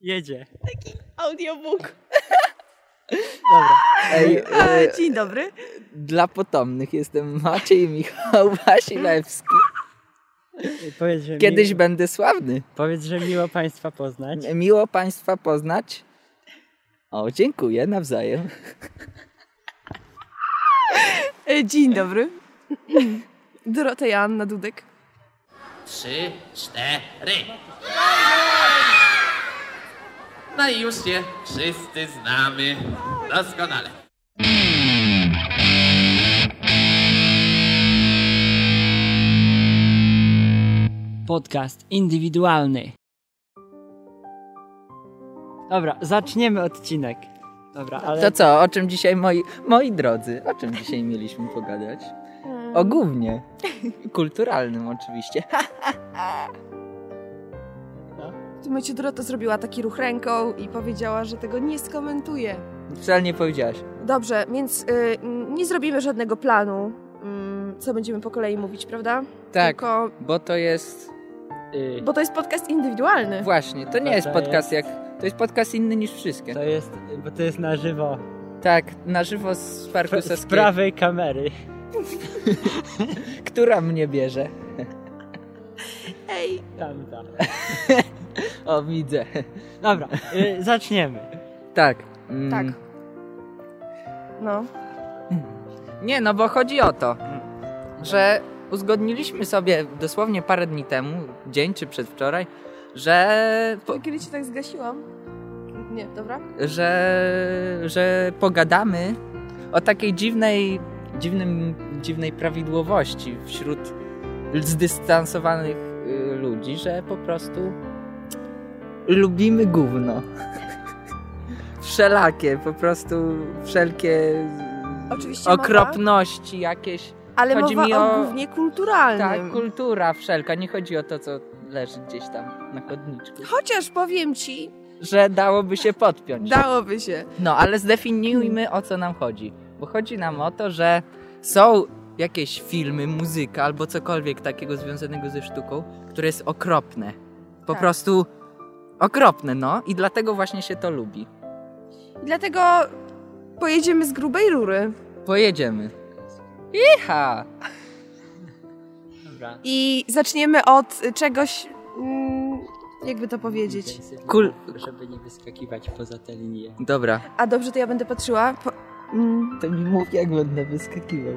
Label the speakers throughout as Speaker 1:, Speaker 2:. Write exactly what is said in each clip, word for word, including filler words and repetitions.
Speaker 1: Jedzie.
Speaker 2: Taki audiobook.
Speaker 1: Dobra.
Speaker 3: Ej, e,
Speaker 2: Dzień dobry.
Speaker 3: Dla potomnych jestem Maciej Michał Wasilewski.
Speaker 1: Powiedz, że
Speaker 3: Kiedyś
Speaker 1: mi...
Speaker 3: będę sławny.
Speaker 1: Powiedz, że miło Państwa poznać.
Speaker 3: Miło Państwa poznać. O, dziękuję, nawzajem.
Speaker 2: Dzień dobry. Dorota Joanna Dudek.
Speaker 4: Trzy, cztery. No i już się wszyscy znamy doskonale.
Speaker 1: Podcast indywidualny. Dobra, zaczniemy odcinek. Dobra, ale...
Speaker 3: To co, o czym dzisiaj, moi, moi drodzy, o czym dzisiaj mieliśmy pogadać? O gównie. Kulturalnym oczywiście.
Speaker 2: W tym momencie Dorota zrobiła taki ruch ręką i powiedziała, że tego nie skomentuje.
Speaker 3: Wcale nie powiedziałaś.
Speaker 2: Dobrze, więc y, nie zrobimy żadnego planu, y, co będziemy po kolei mówić, prawda?
Speaker 3: Tak,
Speaker 2: Tylko,
Speaker 3: bo to jest...
Speaker 1: Y,
Speaker 2: bo to jest podcast indywidualny.
Speaker 3: Właśnie, to nie
Speaker 1: To
Speaker 3: jest
Speaker 1: to
Speaker 3: podcast
Speaker 1: jest-
Speaker 3: jak... To jest podcast inny niż wszystkie.
Speaker 1: to jest, bo to jest na żywo.
Speaker 3: Tak, na żywo z Parku
Speaker 1: Z
Speaker 3: Saskiego.
Speaker 1: prawej kamery.
Speaker 3: Która mnie bierze?
Speaker 2: Ej,
Speaker 1: Tam, tam.
Speaker 3: O, widzę.
Speaker 1: Dobra, y, zaczniemy.
Speaker 3: Tak. Mm.
Speaker 2: tak. No.
Speaker 3: Nie, no bo chodzi o to, że uzgodniliśmy sobie dosłownie parę dni temu, dzień czy przedwczoraj, że, po,
Speaker 2: Kiedy cię tak zgasiłam? Nie, dobra?
Speaker 3: że, że pogadamy o takiej dziwnej, dziwnym, dziwnej prawidłowości wśród zdystansowanych y, ludzi, że po prostu lubimy gówno. Wszelakie, po prostu wszelkie
Speaker 2: Oczywiście
Speaker 3: okropności jakieś.
Speaker 2: Ale
Speaker 3: Chodzi
Speaker 2: mowa
Speaker 3: mi
Speaker 2: o
Speaker 3: o-
Speaker 2: głównie kulturalnym.
Speaker 3: Tak, kultura wszelka. Nie chodzi o to, co leży gdzieś tam na chodniczku.
Speaker 2: Chociaż powiem ci,
Speaker 3: Że dałoby się podpiąć.
Speaker 2: dałoby się.
Speaker 3: No, ale zdefiniujmy, o co nam chodzi. Bo chodzi nam o to, że są jakieś filmy, muzyka albo cokolwiek takiego związanego ze sztuką, które jest okropne. Po
Speaker 2: Tak.
Speaker 3: prostu okropne, no. I dlatego właśnie się to lubi.
Speaker 2: I dlatego pojedziemy z grubej rury.
Speaker 3: Pojedziemy. Iha!
Speaker 1: Dobra.
Speaker 2: I zaczniemy od czegoś, mm, jakby to powiedzieć.
Speaker 3: Kul-
Speaker 1: Żeby nie wyskakiwać poza tę linię.
Speaker 3: Dobra.
Speaker 2: A dobrze, to ja będę patrzyła. Po, mm,
Speaker 3: To mi mów, jak będę wyskakiwał.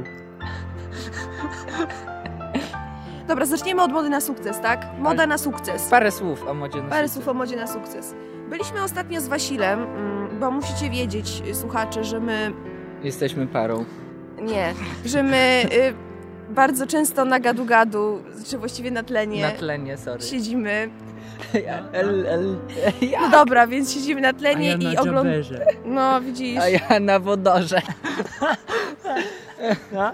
Speaker 2: dobra, zaczniemy od mody na sukces, tak? Moda na sukces.
Speaker 3: Parę słów o modzie na
Speaker 2: Parę
Speaker 3: sukces.
Speaker 2: słów o modzie na sukces. Byliśmy ostatnio z Wasilem, mm, bo musicie wiedzieć, słuchacze, że my...
Speaker 3: Jesteśmy parą.
Speaker 2: Nie, że my y, bardzo często na gadu-gadu, czy właściwie na tlenie,
Speaker 3: Na tlenie, sorry.
Speaker 2: siedzimy.
Speaker 3: Ja, el, el,
Speaker 2: No
Speaker 3: ja.
Speaker 2: dobra, więc siedzimy na
Speaker 1: A
Speaker 2: tlenie
Speaker 1: ja na
Speaker 2: i oglądamy.
Speaker 1: jobberze.
Speaker 2: No, widzisz.
Speaker 3: A ja na wodorze.
Speaker 1: No?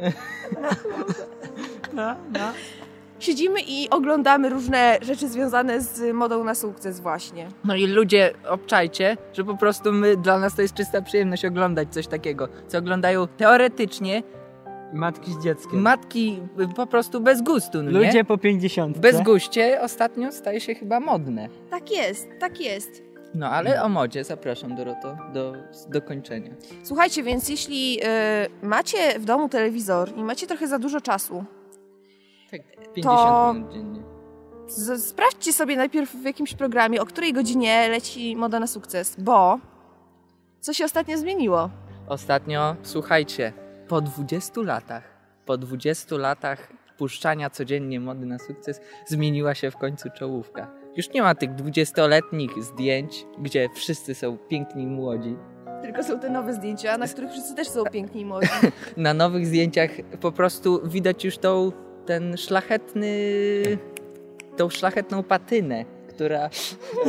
Speaker 1: No, no.
Speaker 2: Siedzimy i oglądamy różne rzeczy związane z modą na sukces właśnie.
Speaker 3: No i ludzie, obczajcie, że po prostu my, dla nas to jest czysta przyjemność oglądać coś takiego, co oglądają teoretycznie
Speaker 1: Matki z dzieckiem.
Speaker 3: matki y, po prostu bez gustu, no
Speaker 1: Ludzie
Speaker 3: nie?
Speaker 1: po pięćdziesiątce.
Speaker 3: Bez guście ostatnio staje się chyba modne.
Speaker 2: Tak jest, tak jest.
Speaker 3: No ale o modzie zapraszam, Doroto, do dokończenia.
Speaker 2: Słuchajcie, więc jeśli y, macie w domu telewizor i macie trochę za dużo czasu,
Speaker 3: Tak, pięćdziesiąt
Speaker 2: To-
Speaker 3: minut dziennie.
Speaker 2: z- sprawdźcie sobie najpierw w jakimś programie, o której godzinie leci moda na sukces, bo co się ostatnio zmieniło?
Speaker 3: Ostatnio, słuchajcie, po dwudziestu latach, po dwudziestu latach puszczania codziennie mody na sukces, zmieniła się w końcu czołówka. Już nie ma tych dwudziestoletnich zdjęć, gdzie wszyscy są piękni i młodzi.
Speaker 2: Tylko są te nowe zdjęcia, na których wszyscy też są piękni i młodzi.
Speaker 3: Na nowych zdjęciach po prostu widać już tą, ten szlachetny, tą szlachetną patynę, która e,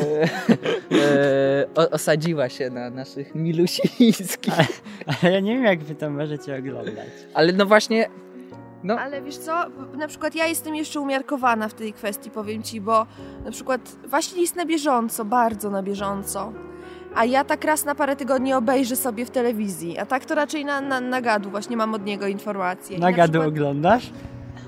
Speaker 3: e, o, osadziła się na naszych milusińskich.
Speaker 1: Ale ja nie wiem, jak wy to możecie oglądać.
Speaker 3: Ale no właśnie, no
Speaker 2: Ale wiesz co, na przykład ja jestem jeszcze umiarkowana w tej kwestii, powiem ci, bo na przykład Wasil jest na bieżąco, bardzo na bieżąco. A ja tak raz na parę tygodni obejrzę sobie w telewizji, a tak to raczej na, na, na gadu właśnie mam od niego informacje. I
Speaker 1: Na gadu
Speaker 2: przykład-
Speaker 1: oglądasz?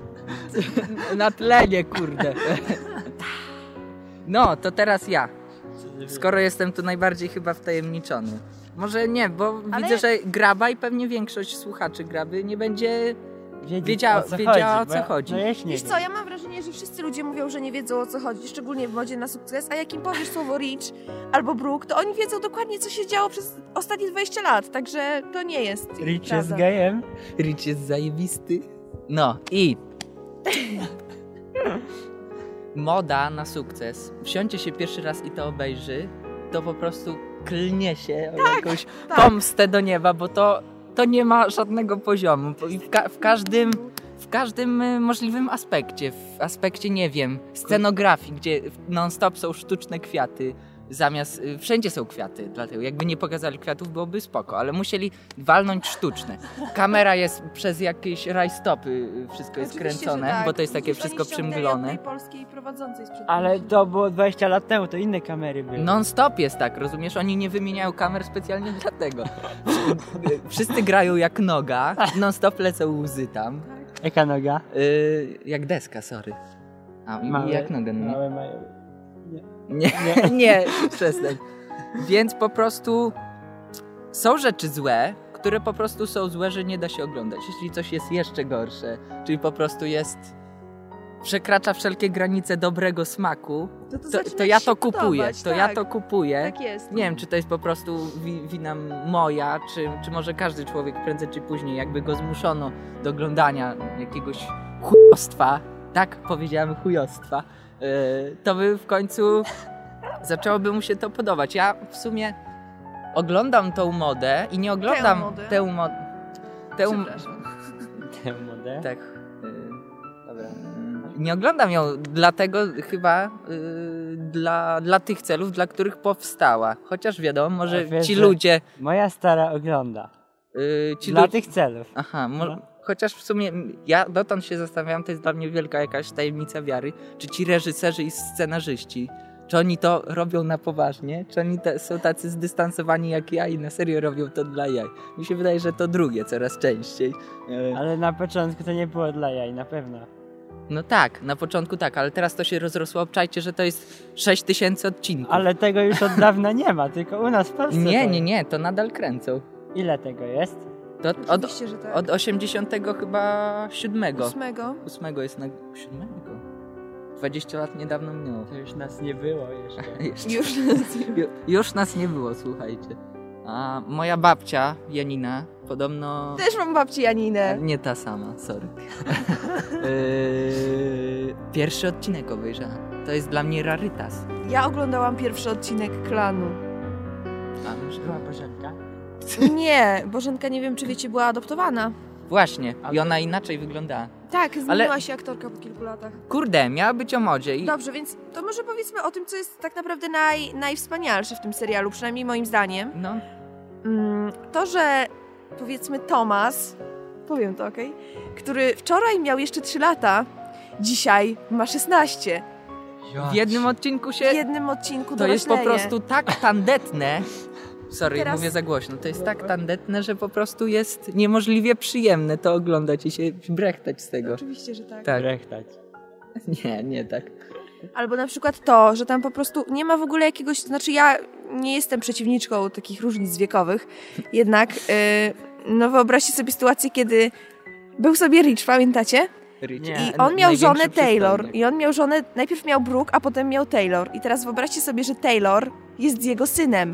Speaker 3: na tlenie, kurde. No, to teraz ja. skoro jestem tu najbardziej chyba wtajemniczony. Może nie, bo
Speaker 2: Ale-
Speaker 3: widzę, że Graba i pewnie większość słuchaczy Graby nie będzie
Speaker 1: Wiedzieć,
Speaker 3: wiedziała,
Speaker 1: o co
Speaker 3: wiedziała
Speaker 1: chodzi,
Speaker 3: o
Speaker 1: bo
Speaker 3: co
Speaker 1: ja-
Speaker 3: chodzi.
Speaker 1: No ja już nie
Speaker 2: Wiesz
Speaker 1: wiem.
Speaker 2: co, ja mam wrażenie, że wszyscy ludzie mówią, że nie wiedzą o co chodzi, szczególnie w modzie na sukces, a jak im powiesz słowo Rich albo Brooke, to oni wiedzą dokładnie, co się działo przez ostatnie dwadzieścia lat, także to nie jest
Speaker 1: Rich jest
Speaker 2: prawda.
Speaker 1: gejem.
Speaker 3: Rich jest zajebisty. No i moda na sukces. Wsiądzie się pierwszy raz i to obejrzy, to po prostu klnie się o jakąś
Speaker 2: tak.
Speaker 3: pomstę do nieba, bo to, to nie ma żadnego poziomu. I w, ka- w każdym w każdym y, możliwym aspekcie. W aspekcie, nie wiem, scenografii, gdzie non-stop są sztuczne kwiaty. Zamiast, y, wszędzie są kwiaty, dlatego jakby nie pokazali kwiatów, byłoby spoko, ale musieli walnąć sztuczne. Kamera jest przez jakieś rajstopy, y, wszystko jest
Speaker 2: Oczywiście, że
Speaker 3: kręcone,
Speaker 2: tak.
Speaker 3: bo to jest takie
Speaker 2: Przecież
Speaker 3: wszystko
Speaker 2: oni ściągnęli
Speaker 3: przymglone.
Speaker 2: od tej polskiej prowadzącej sprzed
Speaker 1: Ale
Speaker 2: pięciu
Speaker 1: to było dwadzieścia lat temu, to inne kamery były.
Speaker 3: Non-stop jest tak, rozumiesz? Oni nie wymieniają kamer specjalnie dlatego. Wszyscy grają jak noga, non-stop lecą łzy tam.
Speaker 1: Jaka noga?
Speaker 3: Y, jak deska, sorry. A, i
Speaker 1: Małe,
Speaker 3: jak noga, no.
Speaker 1: Małe mają.
Speaker 3: Nie, nie, nie, przestań. Więc po prostu są rzeczy złe, które po prostu są złe, że nie da się oglądać. Jeśli coś jest jeszcze gorsze, czyli po prostu jest... przekracza wszelkie granice dobrego smaku,
Speaker 2: To, to,
Speaker 3: to,
Speaker 2: zaczyna
Speaker 3: to ja
Speaker 2: ci
Speaker 3: to
Speaker 2: się
Speaker 3: kupuję.
Speaker 2: podobać,
Speaker 3: To
Speaker 2: tak,
Speaker 3: ja to kupuję.
Speaker 2: Tak jest.
Speaker 3: Nie wiem, czy to jest po prostu wi- wina moja, czy, czy może każdy człowiek prędzej czy później, jakby go zmuszono do oglądania jakiegoś chujostwa, tak powiedziałem chujostwa, yy, to by w końcu zaczęłoby mu się to podobać. Ja w sumie oglądam tą modę i nie oglądam
Speaker 2: modę?
Speaker 3: tę modę. Tę,
Speaker 2: Przepraszam.
Speaker 1: Tę modę.
Speaker 3: tak. Yy, dobra. Yy, Nie oglądam ją dlatego chyba yy, dla, dla tych celów, dla których powstała. Chociaż wiadomo, może
Speaker 1: A wiesz,
Speaker 3: ci
Speaker 1: że
Speaker 3: ludzie...
Speaker 1: Moja stara ogląda.
Speaker 3: Yy, ci
Speaker 1: Dla
Speaker 3: lu-
Speaker 1: tych celów.
Speaker 3: Aha, mo-
Speaker 1: No.
Speaker 3: chociaż w sumie ja dotąd się zastanawiam, to jest dla mnie wielka jakaś tajemnica wiary, czy ci reżyserzy i scenarzyści, czy oni to robią na poważnie, czy oni te, są tacy zdystansowani jak ja i na serio robią to dla jaj. Mi się wydaje, że to drugie coraz częściej. Yy,
Speaker 1: Ale na początku to nie było dla jaj, na pewno.
Speaker 3: No tak, na początku tak, ale teraz to się rozrosło. Obczajcie, że to jest sześć tysięcy odcinków.
Speaker 1: Ale tego już od dawna nie ma, tylko u nas w Polsce.
Speaker 3: Nie,
Speaker 1: to
Speaker 3: nie,
Speaker 1: jest.
Speaker 3: nie, to nadal kręcą.
Speaker 1: Ile tego jest?
Speaker 3: To od,
Speaker 2: Oczywiście, że tak.
Speaker 3: od osiemdziesiątego chyba siódmego.
Speaker 2: Ósmego.
Speaker 3: Ósmego jest na... Siódmego? dwadzieścia lat niedawno minęło.
Speaker 1: To już nas nie było jeszcze.
Speaker 3: Jeszcze.
Speaker 2: Już.
Speaker 3: Ju, już nas nie było, słuchajcie. A moja babcia, Janina, podobno...
Speaker 2: Też mam babcię Janinę.
Speaker 3: Nie ta sama, sorry. yy, pierwszy odcinek obejrzała. To jest dla mnie rarytas.
Speaker 2: Ja oglądałam pierwszy odcinek Klanu.
Speaker 3: A, może-
Speaker 1: Była Bożenka?
Speaker 2: Nie, Bożenka, nie wiem, czy wiecie, była adoptowana.
Speaker 3: Właśnie, i ona inaczej wyglądała.
Speaker 2: Tak, zmieniła
Speaker 3: Ale-
Speaker 2: się aktorka po kilku latach.
Speaker 3: Kurde, miała być o modzie i...
Speaker 2: Dobrze, więc to może powiedzmy o tym, co jest tak naprawdę naj, najwspanialsze w tym serialu, przynajmniej moim zdaniem.
Speaker 3: No,
Speaker 2: Mm, to, że powiedzmy Tomas, powiem to, okej, który wczoraj miał jeszcze trzy lata, dzisiaj ma szesnaście.
Speaker 3: w jednym odcinku się...
Speaker 2: W jednym odcinku
Speaker 3: To jest po
Speaker 2: dorośleje.
Speaker 3: prostu tak tandetne. Sorry,
Speaker 2: Teraz-
Speaker 3: mówię za głośno. To jest tak tandetne, że po prostu jest niemożliwie przyjemne to oglądać i się brechtać z tego.
Speaker 2: Oczywiście, że tak.
Speaker 3: Tak.
Speaker 1: Brechtać.
Speaker 3: Nie, nie tak.
Speaker 2: Albo na przykład to, że tam po prostu nie ma w ogóle jakiegoś... Znaczy ja nie jestem przeciwniczką takich różnic wiekowych, jednak yy, no wyobraźcie sobie sytuację, kiedy był sobie Rich, pamiętacie?
Speaker 3: Rich.
Speaker 1: Nie.
Speaker 2: I on miał
Speaker 3: Największy
Speaker 2: żonę Taylor.
Speaker 3: przystojniak.
Speaker 2: I on miał żonę, najpierw miał Brooke, a potem miał Taylor. I teraz wyobraźcie sobie, że Taylor jest jego synem.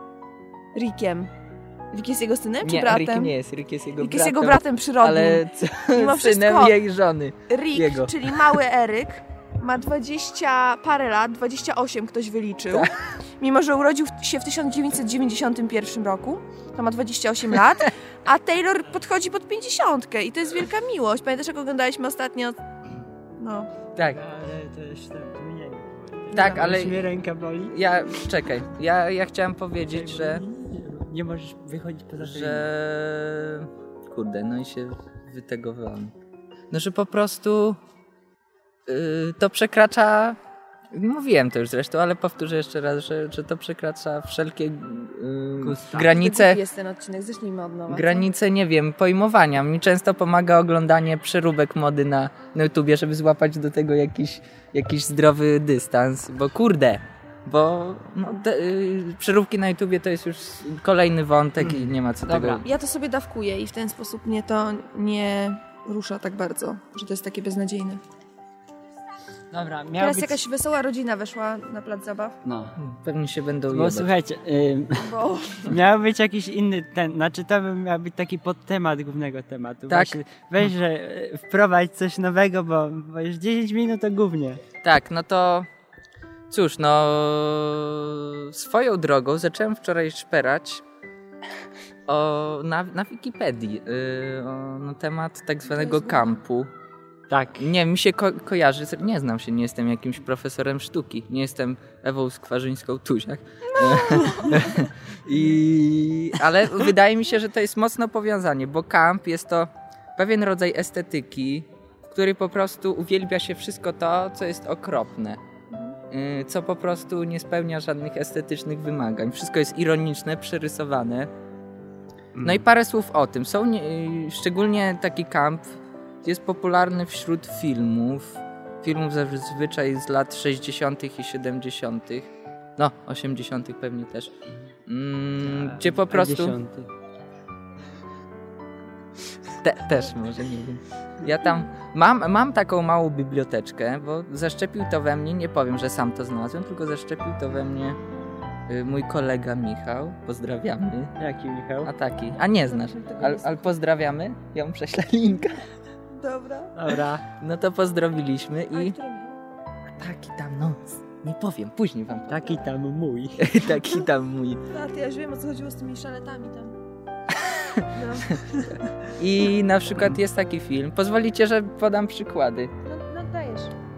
Speaker 2: Rickiem. Rick jest jego synem czy
Speaker 3: Nie,
Speaker 2: bratem?
Speaker 3: Rick nie jest. Rick jest jego
Speaker 2: Rick
Speaker 3: bratem.
Speaker 2: jest jego bratem przyrodnim.
Speaker 3: Ale co,
Speaker 2: Mimo
Speaker 3: synem
Speaker 2: wszystko-
Speaker 3: jej żony.
Speaker 2: Rick,
Speaker 3: jego.
Speaker 2: czyli mały Eryk, ma dwadzieścia parę lat, dwadzieścia osiem ktoś wyliczył.
Speaker 3: Tak.
Speaker 2: Mimo, że urodził się w tysiąc dziewięćset dziewięćdziesiątym pierwszym roku, to ma dwadzieścia osiem lat, a Taylor podchodzi pod pięćdziesiątkę i to jest wielka miłość. Pamiętasz, jak oglądaliśmy ostatnio? No.
Speaker 3: Tak.
Speaker 1: Ale to już tam zmienienie.
Speaker 3: Tak, ale-
Speaker 1: Już mnie ręka boli.
Speaker 3: Ja, czekaj. Ja, ja chciałem powiedzieć, że...
Speaker 1: Nie możesz wychodzić poza
Speaker 3: że... Kurde, no i się wytegowałem. No, że po prostu yy, to przekracza... Mówiłem to już zresztą, ale powtórzę jeszcze raz, że, że to przekracza wszelkie yy,
Speaker 1: Gusta.
Speaker 3: granice,
Speaker 2: Taki jest ten odcinek, zacznijmy od nowa. co?
Speaker 3: granice, nie wiem, pojmowania. Mi często pomaga oglądanie przeróbek mody na, na YouTubie, żeby złapać do tego jakiś, jakiś zdrowy dystans, bo kurde, Bo no, de, y, przeróbki na YouTubie to jest już kolejny wątek i nie ma co
Speaker 1: Dobra.
Speaker 3: tego...
Speaker 2: Ja to sobie dawkuję i w ten sposób mnie to nie rusza tak bardzo, że to jest takie beznadziejne.
Speaker 1: Dobra, miał
Speaker 2: Teraz
Speaker 1: być...
Speaker 2: jakaś wesoła rodzina weszła na plac zabaw,
Speaker 1: No,
Speaker 3: Pewnie się będą
Speaker 1: bo
Speaker 3: jebać.
Speaker 1: słuchajcie, ym,
Speaker 2: bo
Speaker 1: miał być jakiś inny ten, znaczy to by miał być taki podtemat głównego tematu.
Speaker 3: Tak.
Speaker 1: Właśnie, weź, że y, wprowadź coś nowego, bo, bo już dziesięć minut to głównie.
Speaker 3: Tak, no to cóż, no swoją drogą zacząłem wczoraj szperać o, na, na Wikipedii yy, o, na temat tak zwanego
Speaker 2: jest
Speaker 3: kampu.
Speaker 1: Tak.
Speaker 3: Nie, mi się ko- kojarzy, nie znam się, nie jestem jakimś profesorem sztuki, nie jestem Ewą Skwarzyńską-Tuziak. I, ale wydaje mi się, że to jest mocno powiązanie, bo kamp jest to pewien rodzaj estetyki, w której po prostu uwielbia się wszystko to, co jest okropne. Yy, co po prostu nie spełnia żadnych estetycznych wymagań. Wszystko jest ironiczne, przerysowane. No i parę słów o tym. Są nie, yy, szczególnie taki kamp jest popularny wśród filmów. Filmów zazwyczaj z lat sześćdziesiątych i siedemdziesiątych. No, osiemdziesiątych pewnie też. Mm, gdzie po prostu...
Speaker 1: pięćdziesiąty.
Speaker 3: Te, też może, nie wiem. Ja tam mam, mam taką małą biblioteczkę, bo zaszczepił to we mnie, nie powiem, że sam to znalazłem, tylko zaszczepił to we mnie y, mój kolega Michał. Pozdrawiamy.
Speaker 1: Jaki Michał?
Speaker 3: A taki, a nie znasz. Ale al pozdrawiamy? Ja mu prześlę linka.
Speaker 2: dobra.
Speaker 1: Dobra.
Speaker 3: No to pozdrowiliśmy
Speaker 2: A
Speaker 3: i
Speaker 2: który miał?
Speaker 3: taki tam, no, nie powiem, później wam
Speaker 1: Taki tam mój.
Speaker 3: taki tam mój.
Speaker 2: A ty ja już wiem, o co chodziło z tymi szaletami tam. No,
Speaker 3: I na przykład jest taki film, pozwolicie, że podam przykłady.
Speaker 2: no, no dajesz.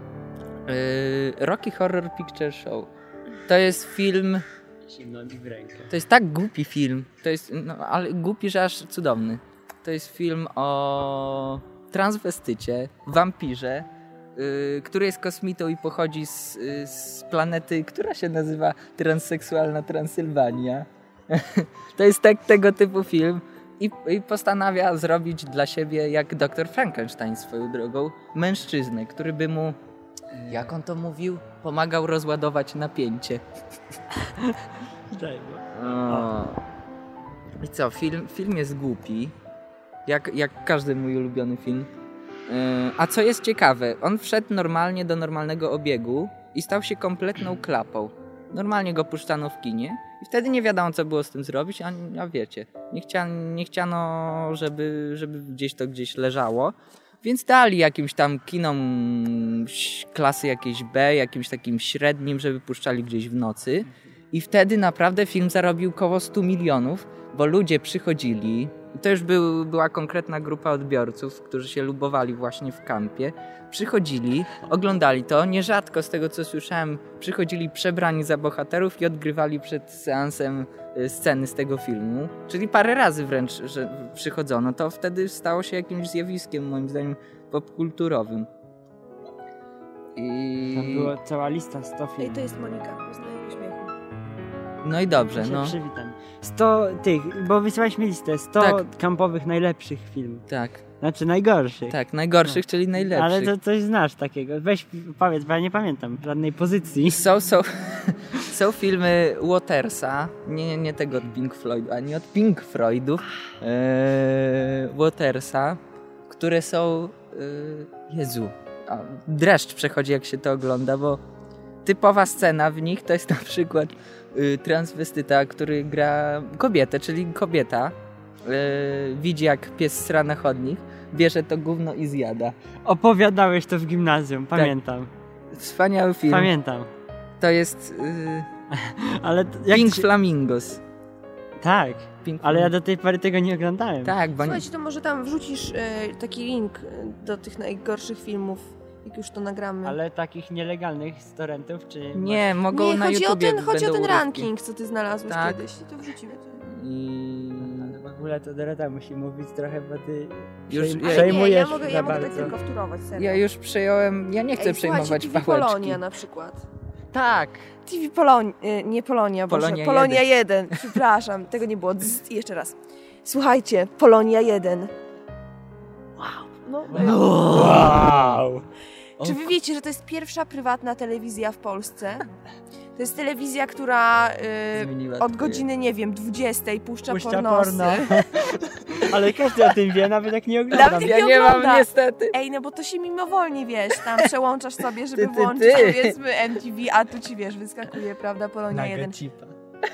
Speaker 3: Yy, Rocky Horror Picture Show. To jest film,
Speaker 1: Zimno mi w rękę.
Speaker 3: to jest tak głupi film, to jest, no, ale głupi, że aż cudowny. To jest film o transwestycie, wampirze, yy, który jest kosmitą i pochodzi z, yy, z planety, która się nazywa Transseksualna Transylwania. To jest tak, tego typu film i, i postanawia zrobić dla siebie, jak doktor Frankenstein swoją drogą, mężczyznę, który by mu, jak on to mówił, pomagał rozładować napięcie.
Speaker 1: Daj, bo...
Speaker 3: O. I co, film, film jest głupi, jak, jak każdy mój ulubiony film. Yy, a co jest ciekawe, on wszedł normalnie do normalnego obiegu i stał się kompletną klapą. Normalnie go puszczano w kinie i wtedy nie wiadomo, co było z tym zrobić, a, a wiecie, nie chciano, nie chciano żeby, żeby gdzieś to gdzieś leżało, więc dali jakimś tam kinom klasy jakiejś B, jakimś takim średnim, żeby puszczali gdzieś w nocy i wtedy naprawdę film zarobił koło stu milionów, bo ludzie przychodzili, to już był, była konkretna grupa odbiorców, którzy się lubowali właśnie w kampie, przychodzili, oglądali to, nierzadko z tego co słyszałem, przychodzili przebrani za bohaterów i odgrywali przed seansem sceny z tego filmu, czyli parę razy wręcz, że przychodzono, to wtedy stało się jakimś zjawiskiem moim zdaniem popkulturowym. I...
Speaker 1: Tam była cała lista sto
Speaker 2: Ej,
Speaker 1: filmów.
Speaker 2: to jest Monika, poznaję po śmiechu.
Speaker 3: No i dobrze,
Speaker 1: Ja się
Speaker 3: no.
Speaker 1: przywitam. sto tych, bo wysłałeś mi listę, sto
Speaker 3: Tak.
Speaker 1: kampowych najlepszych filmów.
Speaker 3: Tak,
Speaker 1: Znaczy najgorszych.
Speaker 3: tak, najgorszych, czyli najlepszych.
Speaker 1: Ale to coś znasz takiego. Weź powiedz, bo ja nie pamiętam żadnej pozycji.
Speaker 3: Są, są, są filmy Watersa, nie, nie tego od Pink Floydu, ani od Pink Floydów, e, Watersa, które są, e, Jezu, a, dreszcz przechodzi jak się to ogląda, bo typowa scena w nich to jest na przykład e, transwestyta, który gra kobietę, czyli kobieta, e, widzi jak pies sra na chodnik, bierze to gówno i zjada.
Speaker 1: Opowiadałeś to w gimnazjum, pamiętam.
Speaker 3: Wspaniały film.
Speaker 1: Pamiętam.
Speaker 3: To jest e,
Speaker 1: Ale t- jak
Speaker 3: Pink
Speaker 1: to się...
Speaker 3: Flamingos.
Speaker 1: Tak,
Speaker 3: Pink
Speaker 1: ale ja do tej pory tego nie oglądałem.
Speaker 3: Tak, bo
Speaker 2: Słuchajcie, to może tam wrzucisz e, taki link e, do tych najgorszych filmów, jak już to nagramy.
Speaker 1: Ale takich nielegalnych z torrentów, czy...
Speaker 3: nie, mogą
Speaker 2: Nie,
Speaker 3: na
Speaker 2: chodzi o
Speaker 3: YouTubie
Speaker 2: ten, chodzi o
Speaker 3: będą
Speaker 2: ten
Speaker 3: urywki.
Speaker 2: ranking, co ty znalazłeś
Speaker 3: Tak.
Speaker 2: kiedyś. To wrzucimy.
Speaker 3: I...
Speaker 1: Ale w ogóle to Dorota musi mówić trochę, bo ty
Speaker 3: Już-
Speaker 1: przejm-
Speaker 3: ja-
Speaker 2: Ale nie,
Speaker 1: przejmujesz
Speaker 2: ja mogę,
Speaker 1: za
Speaker 2: ja mogę tak
Speaker 1: bardzo.
Speaker 2: tylko wtórować, serio.
Speaker 3: Ja już przejąłem, ja nie chcę
Speaker 2: Ej,
Speaker 3: przejmować
Speaker 2: słuchajcie, T V
Speaker 3: pałeczki.
Speaker 2: Polonia na przykład.
Speaker 3: Tak.
Speaker 2: T V Polonia, nie Polonia, Boże,
Speaker 3: Polonia
Speaker 2: Polonia jeden. Przepraszam, tego nie było. Zzz, jeszcze raz. Słuchajcie, Polonia jeden. Wow. No,
Speaker 1: Wow!
Speaker 2: Czy wy wiecie, że to jest pierwsza prywatna telewizja w Polsce? To jest telewizja, która
Speaker 3: Zmieniła
Speaker 2: y, od
Speaker 3: twoje-
Speaker 2: godziny, nie wiem, dwudziestej puszcza,
Speaker 1: Puszcza
Speaker 2: pornosy.
Speaker 1: porno. Ale każdy o tym wie, nawet jak nie oglądam.
Speaker 2: Nawet
Speaker 3: Ja
Speaker 2: nie
Speaker 3: nie mam
Speaker 2: ogląda.
Speaker 3: niestety.
Speaker 2: Ej, no bo to się mimowolnie, wiesz, tam przełączasz sobie, żeby
Speaker 3: Ty, ty,
Speaker 2: włączyć,
Speaker 3: ty.
Speaker 2: powiedzmy, M T V, a tu ci, wiesz, wyskakuje, prawda, Polonia jeden.
Speaker 1: Chipa.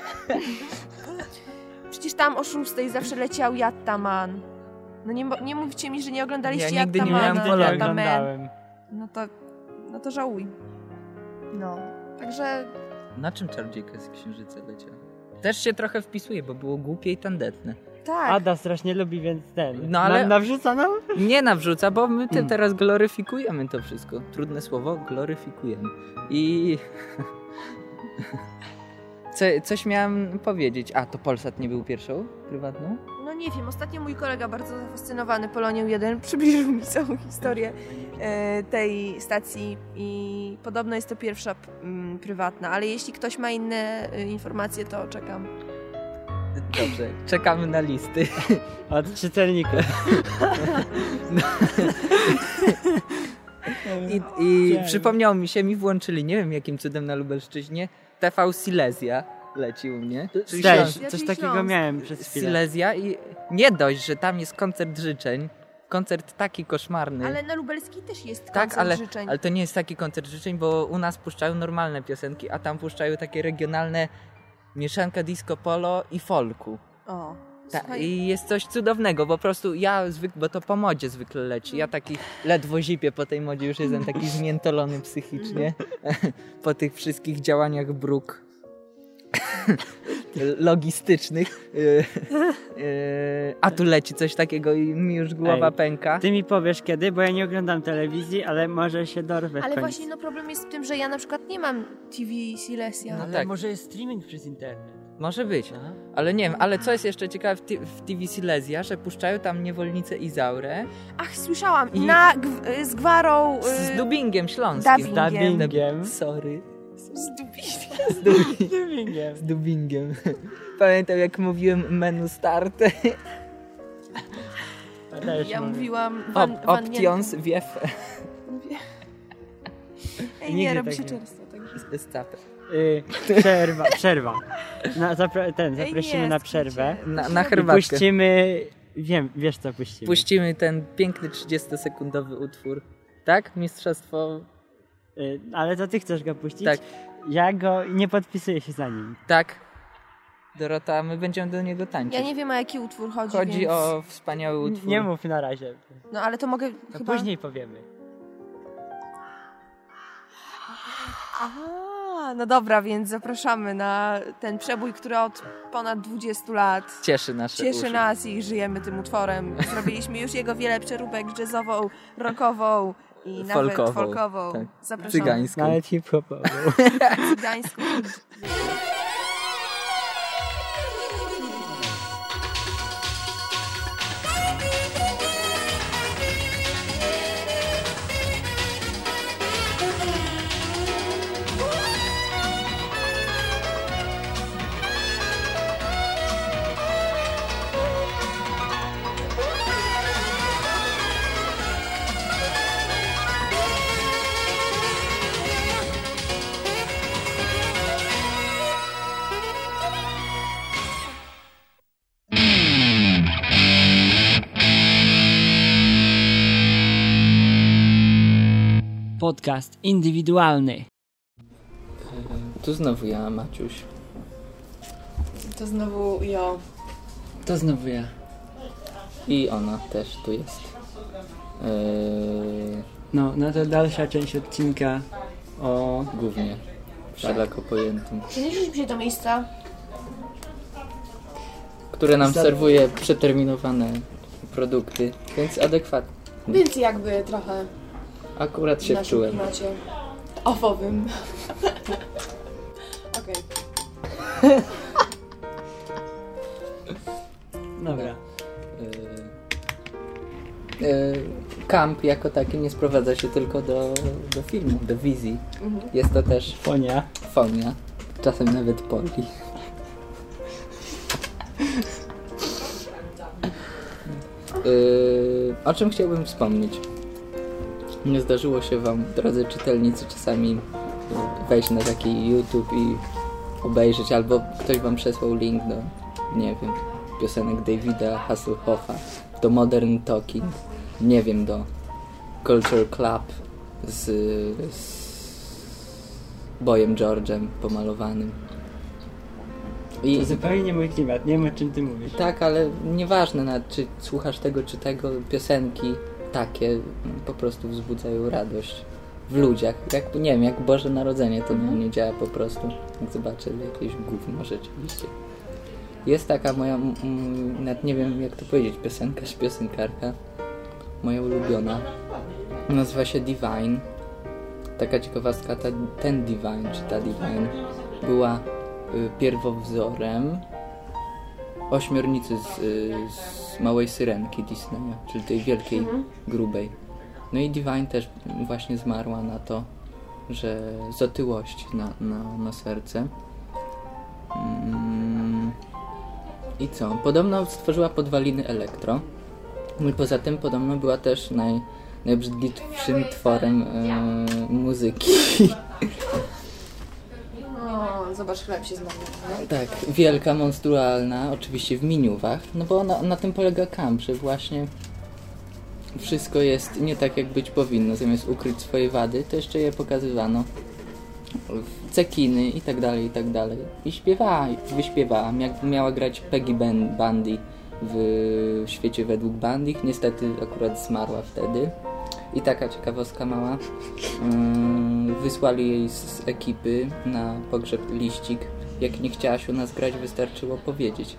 Speaker 2: Przecież tam o szóstej zawsze leciał Yattaman. No nie, mo- nie mówcie mi, że nie oglądaliście
Speaker 3: Ja nigdy nie
Speaker 2: Yattamana.
Speaker 3: miałem
Speaker 1: Nigdy nie
Speaker 3: Polonii.
Speaker 1: oglądałem.
Speaker 2: No to, no to żałuj. No, także
Speaker 3: Na czym Czarodziejka z Księżyca leciała? Też się trochę wpisuje, bo było głupie i tandetne.
Speaker 2: tak.
Speaker 1: Ada strasznie lubi, więc ten.
Speaker 3: No ale-
Speaker 1: Na, nawrzuca nam?
Speaker 3: Nie nawrzuca, bo my te
Speaker 1: Mm.
Speaker 3: teraz gloryfikujemy to wszystko. Trudne słowo, gloryfikujemy. I... Co, coś miałem powiedzieć. A, to Polsat nie był pierwszą prywatną?
Speaker 2: No nie wiem, ostatnio mój kolega bardzo zafascynowany Polonią jeden przybliżył mi całą historię e, tej stacji i podobno jest to pierwsza p- m, prywatna, ale jeśli ktoś ma inne e, informacje, to czekam.
Speaker 3: Dobrze, czekamy na listy.
Speaker 1: Od czytelników.
Speaker 3: I, i
Speaker 1: Chciałem.
Speaker 3: przypomniało mi się, mi włączyli, nie wiem jakim cudem na Lubelszczyźnie, T V Silesia leci u mnie. Czyli
Speaker 1: Też,
Speaker 3: Śląsk.
Speaker 2: Ja
Speaker 1: coś
Speaker 2: czyli
Speaker 1: takiego
Speaker 2: Śląsk.
Speaker 1: miałem przez chwilę.
Speaker 3: Silesia i nie dość, że tam jest koncert życzeń, koncert taki koszmarny.
Speaker 2: Ale na Lubelskiej też jest
Speaker 3: Tak,
Speaker 2: koncert
Speaker 3: ale,
Speaker 2: życzeń.
Speaker 3: ale to nie jest taki koncert życzeń, bo u nas puszczają normalne piosenki, a tam puszczają takie regionalne mieszanka disco polo i folku.
Speaker 2: O,
Speaker 3: Ta,
Speaker 2: słuchaj,
Speaker 3: I jest coś cudownego, bo po prostu ja zwykle, bo to po modzie zwykle leci, ja taki ledwo zipię po tej modzie, już jestem taki zmiętolony psychicznie po tych wszystkich działaniach bruk logistycznych, Yy, yy, a tu leci coś takiego i mi już głowa
Speaker 1: Ej,
Speaker 3: pęka.
Speaker 1: Ty mi powiesz kiedy, bo ja nie oglądam telewizji, ale może się dorwę w
Speaker 2: ale
Speaker 1: końcu.
Speaker 2: właśnie no problem jest w tym, że ja na przykład nie mam T V Silesia.
Speaker 3: No
Speaker 1: Ale
Speaker 3: tak.
Speaker 1: może jest streaming przez internet.
Speaker 3: Może być.
Speaker 1: Aha.
Speaker 3: Ale nie wiem, ale co jest jeszcze ciekawe w, t- w T V Silesia, że puszczają tam niewolnicę Izaurę
Speaker 2: Ach, słyszałam,
Speaker 3: I-
Speaker 2: na, gw- y, z gwarą... y,
Speaker 3: z dubbingiem śląskim.
Speaker 2: Dubbingiem.
Speaker 1: Dubbingiem.
Speaker 3: Sorry.
Speaker 2: z dubbingiem.
Speaker 3: Z, dubi-
Speaker 1: Dubbingiem.
Speaker 3: z dubbingiem. Pamiętam jak mówiłem menu start.
Speaker 1: Ja też
Speaker 2: Ja
Speaker 1: mówię.
Speaker 2: mówiłam...
Speaker 3: Op-
Speaker 2: Van, van
Speaker 3: options wief
Speaker 2: Ej,
Speaker 1: Nigdy
Speaker 2: nie, robi
Speaker 1: tak
Speaker 2: się
Speaker 1: nie.
Speaker 2: często. Tak.
Speaker 3: z capem.
Speaker 1: Y, przerwa, przerwa. Na, zapra- ten,
Speaker 2: Ej,
Speaker 1: zaprosimy
Speaker 2: nie,
Speaker 1: na
Speaker 2: słuchajcie.
Speaker 1: przerwę.
Speaker 3: Na, na
Speaker 1: I
Speaker 3: herbatkę.
Speaker 1: puścimy... Wiem, wiesz co puścimy.
Speaker 3: Puścimy ten piękny trzydziestosekundowy utwór. Tak? Mistrzostwo.
Speaker 1: Y, ale to ty chcesz go puścić?
Speaker 3: Tak.
Speaker 1: Ja go nie podpisuję się za nim.
Speaker 3: Tak. Dorota, my będziemy do niego tańczyć.
Speaker 2: Ja nie wiem, o jaki utwór chodzi,
Speaker 3: Chodzi
Speaker 2: więc...
Speaker 3: o wspaniały utwór.
Speaker 1: Nie mów na razie.
Speaker 2: No ale to mogę
Speaker 1: To
Speaker 2: chyba...
Speaker 1: później powiemy.
Speaker 2: Aha, no dobra, więc zapraszamy na ten przebój, który od ponad dwudziestu lat
Speaker 3: Cieszy nasze
Speaker 2: cieszy
Speaker 3: uszy.
Speaker 2: nas i żyjemy tym utworem. Zrobiliśmy już jego wiele przeróbek jazzową, rockową i nawet
Speaker 3: Folkową,
Speaker 2: folkową.
Speaker 3: tak.
Speaker 2: Zapraszamy.
Speaker 3: Cygańską.
Speaker 1: Nawet hip-hopową.
Speaker 2: Cygańską.
Speaker 1: Podcast indywidualny.
Speaker 3: Tu znowu ja, Maciuś.
Speaker 2: To znowu jo.
Speaker 1: To znowu ja.
Speaker 3: I ona też tu jest. Eee,
Speaker 1: No, no to dalsza część odcinka o...
Speaker 3: głównie. Wszelako pojętym.
Speaker 2: Przenieśliśmy się do miejsca.
Speaker 3: Które nam
Speaker 1: Za-
Speaker 3: serwuje przeterminowane produkty, więc adekwatnie.
Speaker 2: Więc jakby trochę
Speaker 3: Akurat
Speaker 2: w
Speaker 3: się
Speaker 2: naszym
Speaker 3: wczułem.
Speaker 2: klimacie ofowym. Okej.
Speaker 1: Dobra.
Speaker 3: Eee, eee, Camp jako taki nie sprowadza się tylko do, do filmu, do wizji.
Speaker 2: Mhm.
Speaker 3: Jest to też
Speaker 1: Fonia.
Speaker 3: fonia, czasem nawet poli. Yy, o czym chciałbym wspomnieć? Nie zdarzyło się wam, drodzy czytelnicy, czasami wejść na taki YouTube i obejrzeć, albo ktoś wam przesłał link do, nie wiem, piosenek Davida Hasselhoffa, do Modern Talking, nie wiem, do Culture Club z, z Boyem George'em pomalowanym. I
Speaker 1: To zupełnie nie mój klimat, nie wiem o czym ty mówisz.
Speaker 3: tak, ale nieważne nawet, czy słuchasz tego czy tego, piosenki takie po prostu wzbudzają radość w ludziach. Jak, nie wiem, jak Boże Narodzenie to na mnie działa po prostu. Jak zobaczę jakieś gówno rzeczywiście. Jest taka moja, m, m, nawet nie wiem jak to powiedzieć, piosenka, piosenkarka, moja ulubiona. Nazywa się Divine. Taka ciekawostka, ta, ten Divine, czy ta Divine była y, pierwowzorem ośmiornicy z, y, z Małej Syrenki Disneya, czyli tej wielkiej, mhm. grubej. No i Divine też właśnie zmarła na to, że z otyłości na, na, na serce. Mm. I co? Podobno stworzyła podwaliny elektro. I poza tym podobno była też naj, najobrzydliwszym tworem e, muzyki.
Speaker 2: O, zobacz, chleb się zmarł.
Speaker 3: Tak, wielka, monstrualna, oczywiście w miniuwach, no bo na, na tym polega camp, że właśnie wszystko jest nie tak jak być powinno, zamiast ukryć swoje wady, to jeszcze je pokazywano. Cekiny i tak dalej, i tak dalej. I śpiewała, wyśpiewała. Mia- miała grać Peggy ben- Bundy w Świecie według Bandich. Niestety akurat zmarła wtedy. I taka ciekawostka mała. Ym, wysłali jej z ekipy na pogrzeb liścik. Jak nie chciałaś u nas grać, wystarczyło powiedzieć.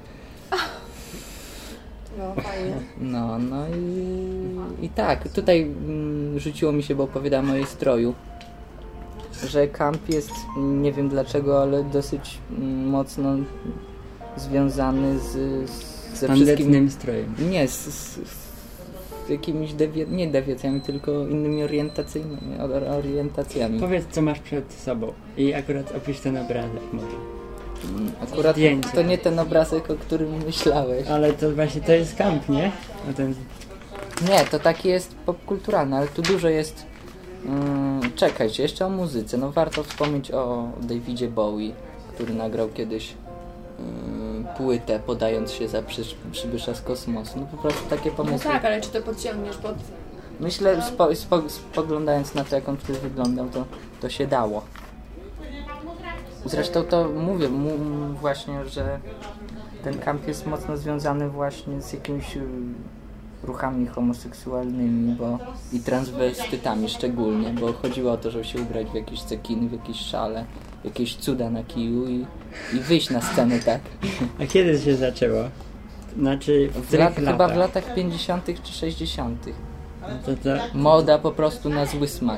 Speaker 2: No, fajnie.
Speaker 3: No, no i, i tak. Tutaj mm, rzuciło mi się, bo opowiadałam o jej stroju, że camp jest, nie wiem dlaczego, ale dosyć mm, mocno związany z, z ze wszystkim
Speaker 1: strojem.
Speaker 3: Nie, z, z, z jakimiś dewi- nie dewiacjami, tylko innymi orientacyjnymi, orientacjami.
Speaker 1: Powiedz, co masz przed sobą i akurat opisz ten obrazek może.
Speaker 3: Akurat
Speaker 1: Zdjęcie.
Speaker 3: to nie ten obrazek, o którym myślałeś.
Speaker 1: Ale to właśnie to jest camp, nie? O ten...
Speaker 3: Nie, to taki jest popkulturalny, ale tu dużo jest. Hmm, czekajcie, jeszcze o muzyce. No warto wspomnieć o Davidzie Bowie, który nagrał kiedyś hmm, płytę, podając się za przy, przybysza z kosmosu. No po prostu takie
Speaker 2: No
Speaker 3: pomysły.
Speaker 2: tak, ale czy to podciągniesz pod...
Speaker 3: Myślę, spo, spo, spoglądając na to, jak on wtedy wyglądał, to, to się dało. Zresztą to mówię mu, właśnie, że ten kamp jest mocno związany właśnie z jakimiś ruchami homoseksualnymi, bo i transwestytami szczególnie, bo chodziło o to, żeby się ubrać w jakieś cekiny, w jakieś szale, jakieś cuda na kiju i, i wyjść na scenę, tak.
Speaker 1: A kiedy się zaczęło? Znaczy w,
Speaker 3: w lat,
Speaker 1: latach?
Speaker 3: Chyba w latach pięćdziesiątych czy sześćdziesiątych.
Speaker 1: To, to...
Speaker 3: Moda po prostu na zły smak.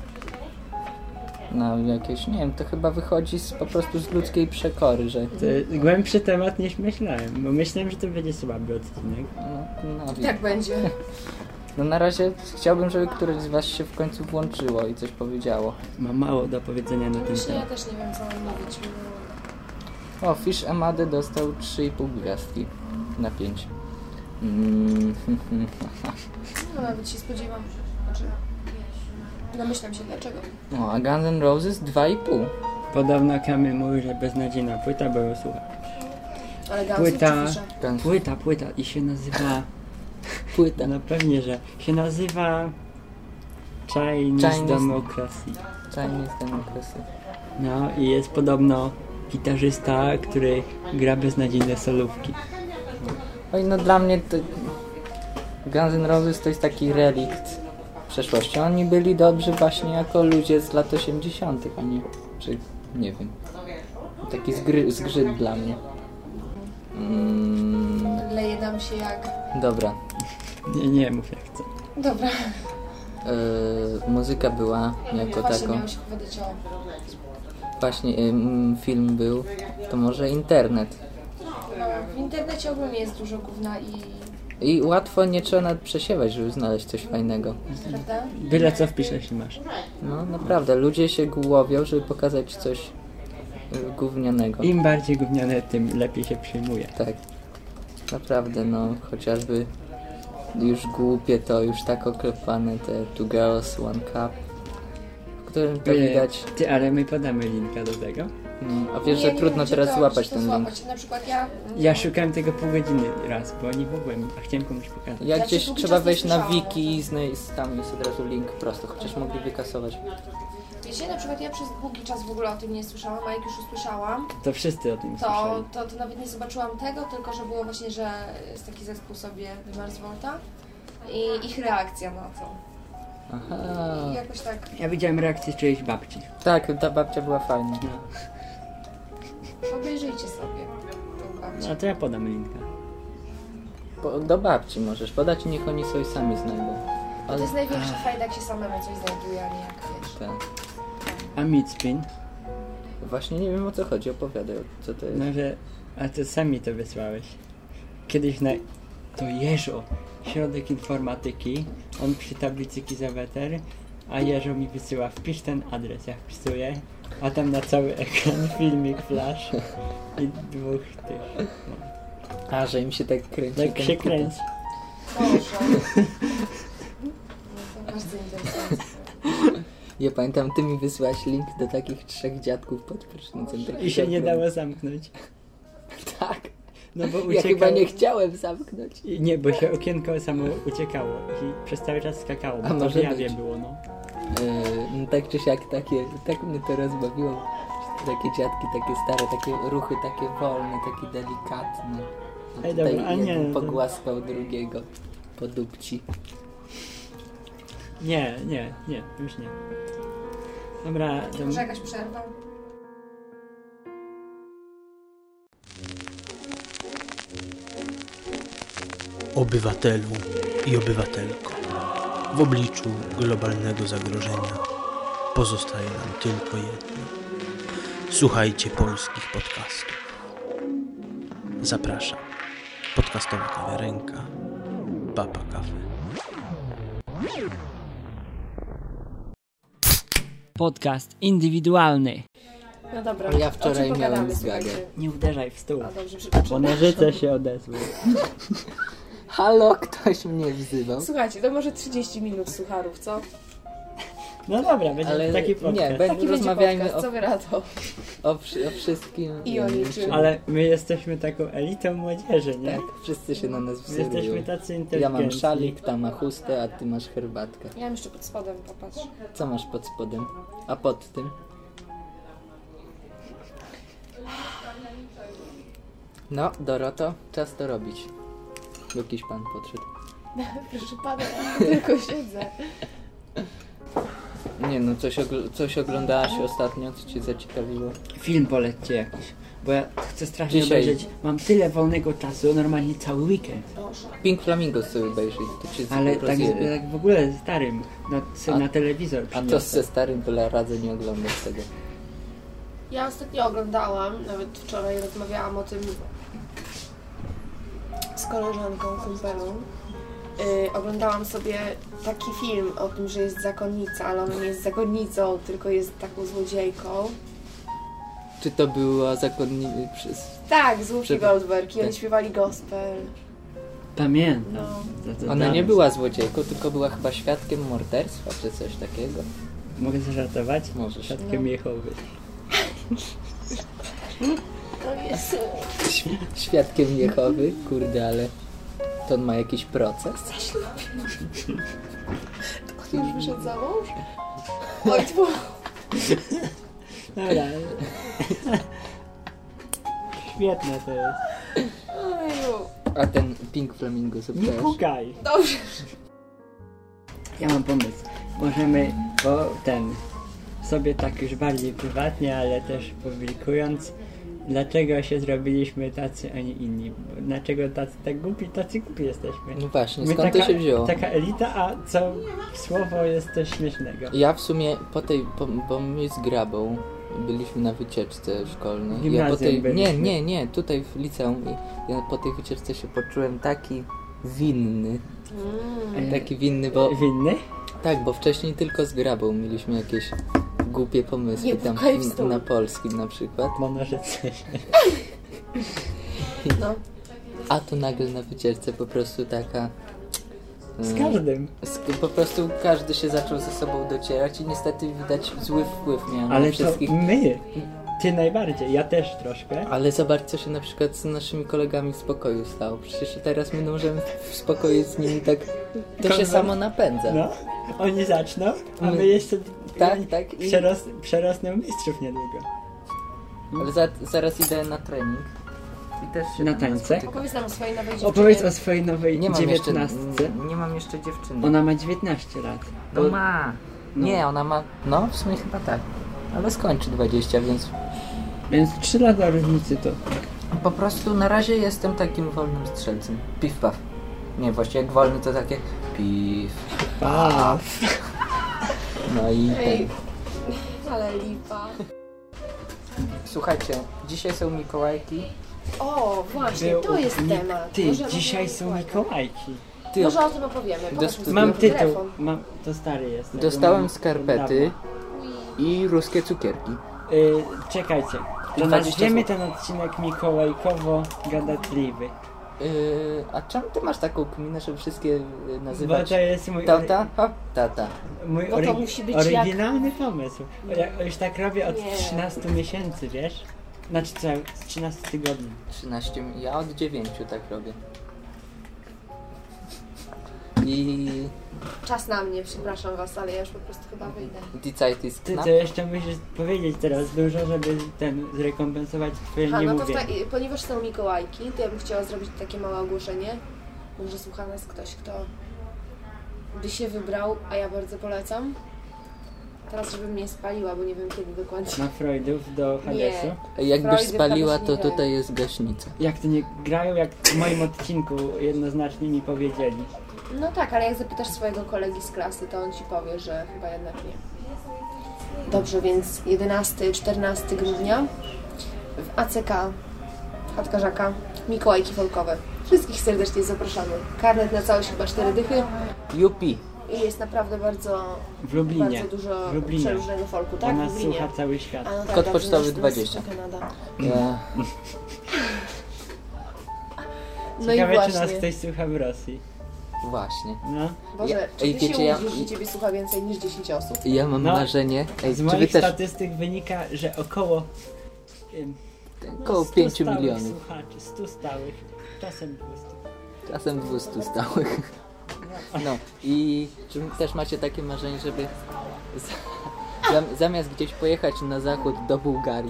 Speaker 3: Na jakieś, nie wiem, to chyba wychodzi z, po prostu z ludzkiej przekory, że...
Speaker 1: To jest głębszy temat niż myślałem, bo myślałem, że to będzie słaby odcinek.
Speaker 3: No, no,
Speaker 2: Tak będzie.
Speaker 3: No na razie chciałbym, żeby któreś z was się w końcu włączyło i coś powiedziało.
Speaker 1: Mam mało do powiedzenia na ten
Speaker 2: Właśnie ja
Speaker 1: temat.
Speaker 2: też nie wiem, co mam mówić.
Speaker 3: O, Fish Amade dostał trzy i pół gwiazdki na pięć. Mm.
Speaker 2: No nawet się spodziewam. Znaczy, domyślam się dlaczego.
Speaker 3: O, a Guns N' Roses dwa i pół.
Speaker 1: Podobno Kamil mówi, że beznadziejna płyta, bo ją słucha.
Speaker 2: Ale Gunsów
Speaker 1: Płyta,
Speaker 2: czy Fisza?
Speaker 1: płyta, płyta i się nazywa...
Speaker 3: Płyta.
Speaker 1: No pewnie, że się nazywa Chinese,
Speaker 3: Chinese-
Speaker 1: Democracy.
Speaker 3: Chinese Democracy.
Speaker 1: No i jest podobno gitarzysta, który gra beznadziejne solówki.
Speaker 3: Oj, no dla mnie to Guns N' Roses to jest taki relikt przeszłości. Oni byli dobrzy właśnie jako ludzie z lat osiemdziesiątych, a nie, czy nie wiem, taki zgry, zgrzyt dla mnie. Mm,
Speaker 2: Leje nam się jak...
Speaker 3: dobra.
Speaker 1: Nie, nie mów jak chcę.
Speaker 2: Dobra.
Speaker 3: Yy, muzyka była jako
Speaker 2: Właśnie
Speaker 3: taką.
Speaker 2: miało się powiedzieć o...
Speaker 3: Właśnie yy, film był. To może internet.
Speaker 2: No, w internecie ogólnie jest dużo gówna i...
Speaker 3: I łatwo nie trzeba nawet przesiewać, żeby znaleźć coś fajnego.
Speaker 2: Prawda?
Speaker 1: Byle co wpiszesz i masz.
Speaker 3: No naprawdę, ludzie się głowią, żeby pokazać coś yy, gównianego.
Speaker 1: Im bardziej gówniane, tym lepiej się przyjmuje.
Speaker 3: Tak. Naprawdę, no, chociażby już głupie to, już tak oklepane te Two Girls, One Cup, którym to
Speaker 1: Ojej,
Speaker 3: widać.
Speaker 1: Ty, ale my podamy linka do tego.
Speaker 3: No, a wiesz,
Speaker 2: Nie,
Speaker 3: że
Speaker 2: nie
Speaker 3: trudno
Speaker 2: wiem, czy
Speaker 3: teraz
Speaker 2: to,
Speaker 3: złapać
Speaker 2: czy to
Speaker 3: ten link.
Speaker 2: złapać. Na przykład ja...
Speaker 1: Ja szukałem tego pół godziny raz, bo nie mogłem, a chciałem komuś pokazać.
Speaker 3: Jak
Speaker 2: Ja
Speaker 3: gdzieś
Speaker 2: przez długi
Speaker 3: trzeba
Speaker 2: czas nie
Speaker 3: wejść na
Speaker 2: słyszałam o
Speaker 3: wiki i znaleźć tam jest od razu link prosto, chociaż mogli wykasować.
Speaker 2: Wiecie, na przykład ja przez długi czas w ogóle o tym nie słyszałam, a jak już usłyszałam,
Speaker 1: To wszyscy o tym
Speaker 2: to,
Speaker 1: słyszeli.
Speaker 2: to, to nawet nie zobaczyłam tego, tylko że było właśnie, że jest taki zespół sobie Mars Volta i ich reakcja na to.
Speaker 3: Aha.
Speaker 2: I jakoś tak
Speaker 1: Ja widziałem reakcję czyjejś babci.
Speaker 3: Tak, ta babcia była fajna.
Speaker 1: No.
Speaker 2: obejrzyjcie sobie tą babcię.
Speaker 1: A to ja podam linka.
Speaker 3: Po, do babci możesz podać i niech oni sobie sami znajdą.
Speaker 2: To
Speaker 3: Ale
Speaker 2: jest największa fajda, jak się samemu coś znajduje, a nie jak wiesz.
Speaker 3: tak.
Speaker 1: A Midspin?
Speaker 3: Właśnie nie wiem o co chodzi, opowiadaj, co to jest.
Speaker 1: No, że... A ty sami to wysłałeś. Kiedyś na... To Jerzo, środek informatyki, on przy tablicy Kizoweter, a Jerzo mi wysyła, wpisz ten adres, ja wpisuję, a tam na cały ekran filmik flash i dwóch tych. No.
Speaker 3: A, że im się tak kręci.
Speaker 1: Tak
Speaker 3: ten
Speaker 1: się
Speaker 3: kutas.
Speaker 1: kręci.
Speaker 2: Boże. No to bardzo interesujące.
Speaker 3: Ja pamiętam, ty mi wysłałeś link do takich trzech dziadków pod prysznicem.
Speaker 1: I się nie dało zamknąć.
Speaker 3: Tak.
Speaker 1: No bo
Speaker 3: Ja
Speaker 1: uciekało.
Speaker 3: chyba nie chciałem zamknąć.
Speaker 1: I nie, bo się okienko samo uciekało i przez cały czas skakało, bo
Speaker 3: A
Speaker 1: to
Speaker 3: może
Speaker 1: w jawie
Speaker 3: być.
Speaker 1: było, no.
Speaker 3: Yy, no tak czy siak takie, tak mnie to rozbawiło. Takie dziadki, takie stare, takie ruchy takie wolne, takie delikatne. A
Speaker 1: Ej,
Speaker 3: tutaj
Speaker 1: dobra, a nie,
Speaker 3: jeden
Speaker 1: no to-
Speaker 3: pogłaskał drugiego po dupci.
Speaker 1: Nie, nie, nie, już nie. Dobra, to...
Speaker 2: Może jakaś przerwa?
Speaker 5: Obywatelu i obywatelko, w obliczu globalnego zagrożenia pozostaje nam tylko jedno. Słuchajcie polskich podcastów. Zapraszam. Podcastowa kawiarenka Papa Cafe.
Speaker 1: Podcast indywidualny.
Speaker 2: No dobra.
Speaker 3: Ja
Speaker 2: o
Speaker 3: wczoraj
Speaker 2: czym
Speaker 3: miałem
Speaker 2: pogadamy,
Speaker 3: zgagę.
Speaker 2: słuchajcie?
Speaker 1: Nie uderzaj w stół,
Speaker 2: A dobrze, przepraszam.
Speaker 1: bo nożyce się odezły.
Speaker 3: Halo, ktoś mnie wzywał.
Speaker 2: Słuchajcie, to może trzydzieści minut sucharów, co?
Speaker 1: No dobra, będzie
Speaker 3: Ale
Speaker 1: taki podcast.
Speaker 3: nie, będzie-
Speaker 2: Taki
Speaker 3: Rozmawiajmy
Speaker 2: będzie podcast,
Speaker 3: o-
Speaker 2: co wy na to?
Speaker 3: O, wszy- o wszystkim.
Speaker 2: I o niczym.
Speaker 1: Ale my jesteśmy taką elitą młodzieży, nie?
Speaker 3: Tak, wszyscy się na nas
Speaker 1: My
Speaker 3: wzywają.
Speaker 1: jesteśmy tacy
Speaker 3: Ja
Speaker 1: inteligentni.
Speaker 3: mam szalik, ta ma chustę, a ty masz herbatkę.
Speaker 2: Ja mam jeszcze pod spodem, popatrz.
Speaker 3: Co masz pod spodem? A pod tym? No, Doroto, czas to robić. Jakiś pan podszedł.
Speaker 2: Proszę pana, ja tylko siedzę.
Speaker 3: Nie no, coś, ogl- coś oglądałaś ostatnio, co cię zaciekawiło?
Speaker 1: Film polećcie jakiś, bo ja chcę strasznie
Speaker 3: Dzisiaj.
Speaker 1: obejrzeć. Mam tyle wolnego czasu, normalnie cały weekend.
Speaker 3: Pink Flamingo sobie obejrzyj, to cię
Speaker 1: Ale tak,
Speaker 3: rozjebie.
Speaker 1: tak w ogóle starym, na,
Speaker 3: A-
Speaker 1: na telewizor
Speaker 3: A to
Speaker 1: przyniosę.
Speaker 3: ze starym byle radzę nie oglądać tego.
Speaker 2: Ja ostatnio oglądałam, nawet wczoraj rozmawiałam o tym z koleżanką, kumpelą. Yy, oglądałam sobie taki film o tym, że jest zakonnica, ale ona nie jest zakonnicą, tylko jest taką złodziejką.
Speaker 3: Czy to była zakonni... przez...
Speaker 2: Tak, z Whoopi
Speaker 3: Przed-
Speaker 2: Goldberg i oni
Speaker 3: tak.
Speaker 2: śpiewali gospel.
Speaker 1: Pamiętam.
Speaker 2: No.
Speaker 1: To- to
Speaker 3: Ona
Speaker 1: dawno.
Speaker 3: nie była złodziejką, tylko była chyba świadkiem morderstwa, czy coś takiego.
Speaker 1: Mogę zażartować?
Speaker 3: Możesz.
Speaker 1: Świadkiem
Speaker 2: No.
Speaker 1: Jehowy.
Speaker 2: To jest...
Speaker 3: Świadkiem Jehowy, kurde, ale to on ma jakiś proces?
Speaker 2: To już wyszedł za mąż? Oj, tu...
Speaker 1: Dobra. Świetne to jest.
Speaker 2: Ojeju.
Speaker 3: A ten Pink Flamingo sobie
Speaker 1: Nie
Speaker 3: też.
Speaker 1: pukaj.
Speaker 2: Dobrze.
Speaker 1: Ja mam pomysł. Możemy, bo ten, sobie tak już bardziej prywatnie, ale też publikując, dlaczego się zrobiliśmy tacy, a nie inni. Dlaczego tacy tak głupi, tacy głupi jesteśmy.
Speaker 3: No właśnie,
Speaker 1: My
Speaker 3: skąd
Speaker 1: taka,
Speaker 3: to się wzięło?
Speaker 1: Taka elita, a co słowo jest coś śmiesznego.
Speaker 3: Ja w sumie po tej, po, bo my z Grabą byliśmy na wycieczce szkolnej. Ja po
Speaker 1: Gimnazjum
Speaker 3: tej, nie,
Speaker 1: byliśmy.
Speaker 3: nie, nie, tutaj w liceum i ja po tej wycieczce się poczułem taki winny.
Speaker 2: Mm.
Speaker 3: Taki winny, bo
Speaker 1: Winny?
Speaker 3: tak, bo wcześniej tylko z Grabą mieliśmy jakieś głupie pomysły
Speaker 2: Nie
Speaker 3: tam
Speaker 2: pukaj w
Speaker 3: n-
Speaker 2: stół.
Speaker 3: na polskim na przykład.
Speaker 1: Bo nożyce.
Speaker 2: No.
Speaker 3: A tu nagle na wycieczce po prostu taka
Speaker 1: Z każdym.
Speaker 3: Po prostu każdy się zaczął ze sobą docierać i niestety widać zły wpływ miałem
Speaker 1: Ale
Speaker 3: na
Speaker 1: to
Speaker 3: wszystkich.
Speaker 1: my. Ty najbardziej, ja też troszkę.
Speaker 3: Ale zobacz, co się na przykład z naszymi kolegami w spokoju stało. Przecież teraz my możemy w spokoju z nimi tak... To się
Speaker 1: Konwer-
Speaker 3: samo napędza.
Speaker 1: No, oni zaczną, a my
Speaker 3: My-
Speaker 1: jeszcze
Speaker 3: Tak, tak. I...
Speaker 1: przeros, przerosną mistrzów niedługo.
Speaker 3: Ale za, zaraz idę na trening. I też się
Speaker 1: Na
Speaker 3: tam
Speaker 1: tańce?
Speaker 3: spotykam.
Speaker 2: Opowiedz nam o swojej nowej dziewczynie.
Speaker 1: Opowiedz o swojej nowej
Speaker 3: Nie mam jeszcze,
Speaker 1: dziewiętnastce.
Speaker 3: n- nie mam jeszcze dziewczyny.
Speaker 1: Ona ma dziewiętnaście lat.
Speaker 3: No
Speaker 1: Bo-
Speaker 3: ma.
Speaker 1: no.
Speaker 3: Nie, ona ma... No, w sumie chyba tak. Ale skończy dwadzieścia, więc...
Speaker 1: Więc trzy lata różnicy to...
Speaker 3: Po prostu na razie jestem takim wolnym strzelcem. Pif paf. Nie, właściwie jak wolny to takie... Pif.
Speaker 1: Paf.
Speaker 3: No i...
Speaker 2: Ej,
Speaker 3: Ten.
Speaker 2: ale lipa.
Speaker 3: Słuchajcie, dzisiaj są Mikołajki.
Speaker 2: O, właśnie,
Speaker 1: Był-
Speaker 2: to jest
Speaker 1: mi-
Speaker 2: temat.
Speaker 1: Ty,
Speaker 2: Może
Speaker 1: dzisiaj
Speaker 2: możemy
Speaker 1: są
Speaker 2: Mikołajka.
Speaker 1: Mikołajki.
Speaker 3: Ty,
Speaker 2: Może o tym opowiemy. Pokaż mi
Speaker 1: Mam
Speaker 2: swój
Speaker 1: tytuł,
Speaker 2: telefon.
Speaker 1: mam, to stary jest. tego
Speaker 3: Dostałem
Speaker 1: mam
Speaker 3: skarpety
Speaker 1: od
Speaker 3: i ruskie cukierki.
Speaker 1: dawna. Y, czekajcie, to
Speaker 3: dwadzieścia
Speaker 1: nazwiemy
Speaker 3: złotych.
Speaker 1: ten odcinek Mikołajkowo-gadatliwy.
Speaker 3: Yy, a czemu ty masz taką kminę, żeby wszystkie yy,
Speaker 1: Bo
Speaker 3: nazywać?
Speaker 1: to jest mój,
Speaker 3: Tata? Hop, tata.
Speaker 1: mój
Speaker 2: Bo to
Speaker 1: orygi-
Speaker 2: musi być
Speaker 1: oryginalny pomysł. Ja już tak robię od
Speaker 2: Nie.
Speaker 1: trzynastu miesięcy, wiesz? Znaczy co, z trzynastu tygodni.
Speaker 3: trzynaście, ja od dziewięciu tak robię. I...
Speaker 2: Czas na mnie, przepraszam was, ale ja już po prostu chyba wyjdę.
Speaker 3: Die Zeit ist
Speaker 1: Ty
Speaker 3: knapp.
Speaker 1: to jeszcze musisz powiedzieć teraz dużo, żeby ten zrekompensować twoje
Speaker 2: Ha, no to w ta,
Speaker 1: niemówienie.
Speaker 2: ponieważ są Mikołajki, to ja bym chciała zrobić takie małe ogłoszenie. Może słucha nas ktoś, kto by się wybrał, a ja bardzo polecam. Teraz, żebym mnie spaliła, bo nie wiem kiedy dokładnie.
Speaker 1: Na Freudów do Hadesu.
Speaker 3: Jakbyś
Speaker 2: Freudy
Speaker 3: spaliła,
Speaker 2: prawie
Speaker 3: to
Speaker 2: się nie
Speaker 3: tutaj jest gaśnica.
Speaker 1: Jak to nie grają, jak w moim odcinku jednoznacznie mi powiedzieli.
Speaker 2: No tak, ale jak zapytasz swojego kolegi z klasy, to on ci powie, że chyba jednak nie. Dobrze, więc jedenastego czternastego grudnia w A C K Chatka Żaka Mikołajki folkowe. Wszystkich serdecznie zapraszamy. Karnet na całość chyba cztery dychy
Speaker 3: Jupi.
Speaker 2: i jest naprawdę bardzo,
Speaker 1: W Lublinie.
Speaker 2: bardzo dużo
Speaker 1: W Lublinie.
Speaker 2: przeróżnego folku,
Speaker 1: Bo
Speaker 2: tak? W
Speaker 1: nas
Speaker 2: Lublinie.
Speaker 1: słucha cały świat.
Speaker 2: A no tak,
Speaker 3: Kod
Speaker 2: dobrze,
Speaker 3: pocztowy
Speaker 2: nas- nas
Speaker 3: dwadzieścia.
Speaker 2: słucha Kanada.
Speaker 3: Ja...
Speaker 2: No i
Speaker 1: Ciekawe, czy nas
Speaker 2: właśnie.
Speaker 1: ktoś słucha w Rosji.
Speaker 3: Właśnie.
Speaker 1: No.
Speaker 2: Boże,
Speaker 3: Ja-
Speaker 2: czy
Speaker 3: ej,
Speaker 2: ty się
Speaker 3: wiecie, ja-
Speaker 2: łudzisz, że ciebie słucha więcej niż dziesięć osób?
Speaker 3: Ja mam
Speaker 1: No,
Speaker 3: marzenie. Ej,
Speaker 1: Z
Speaker 3: czy wy
Speaker 1: moich
Speaker 3: też...
Speaker 1: statystyk wynika, że około ym,
Speaker 3: Około
Speaker 1: stu
Speaker 3: pięciu
Speaker 1: stałych
Speaker 3: milionów.
Speaker 1: słuchaczy, stu stałych, czasem dwieście.
Speaker 3: Czasem dwieście stałych. No i czy też macie takie marzenie, żeby za- zam- zamiast gdzieś pojechać na zachód do Bułgarii,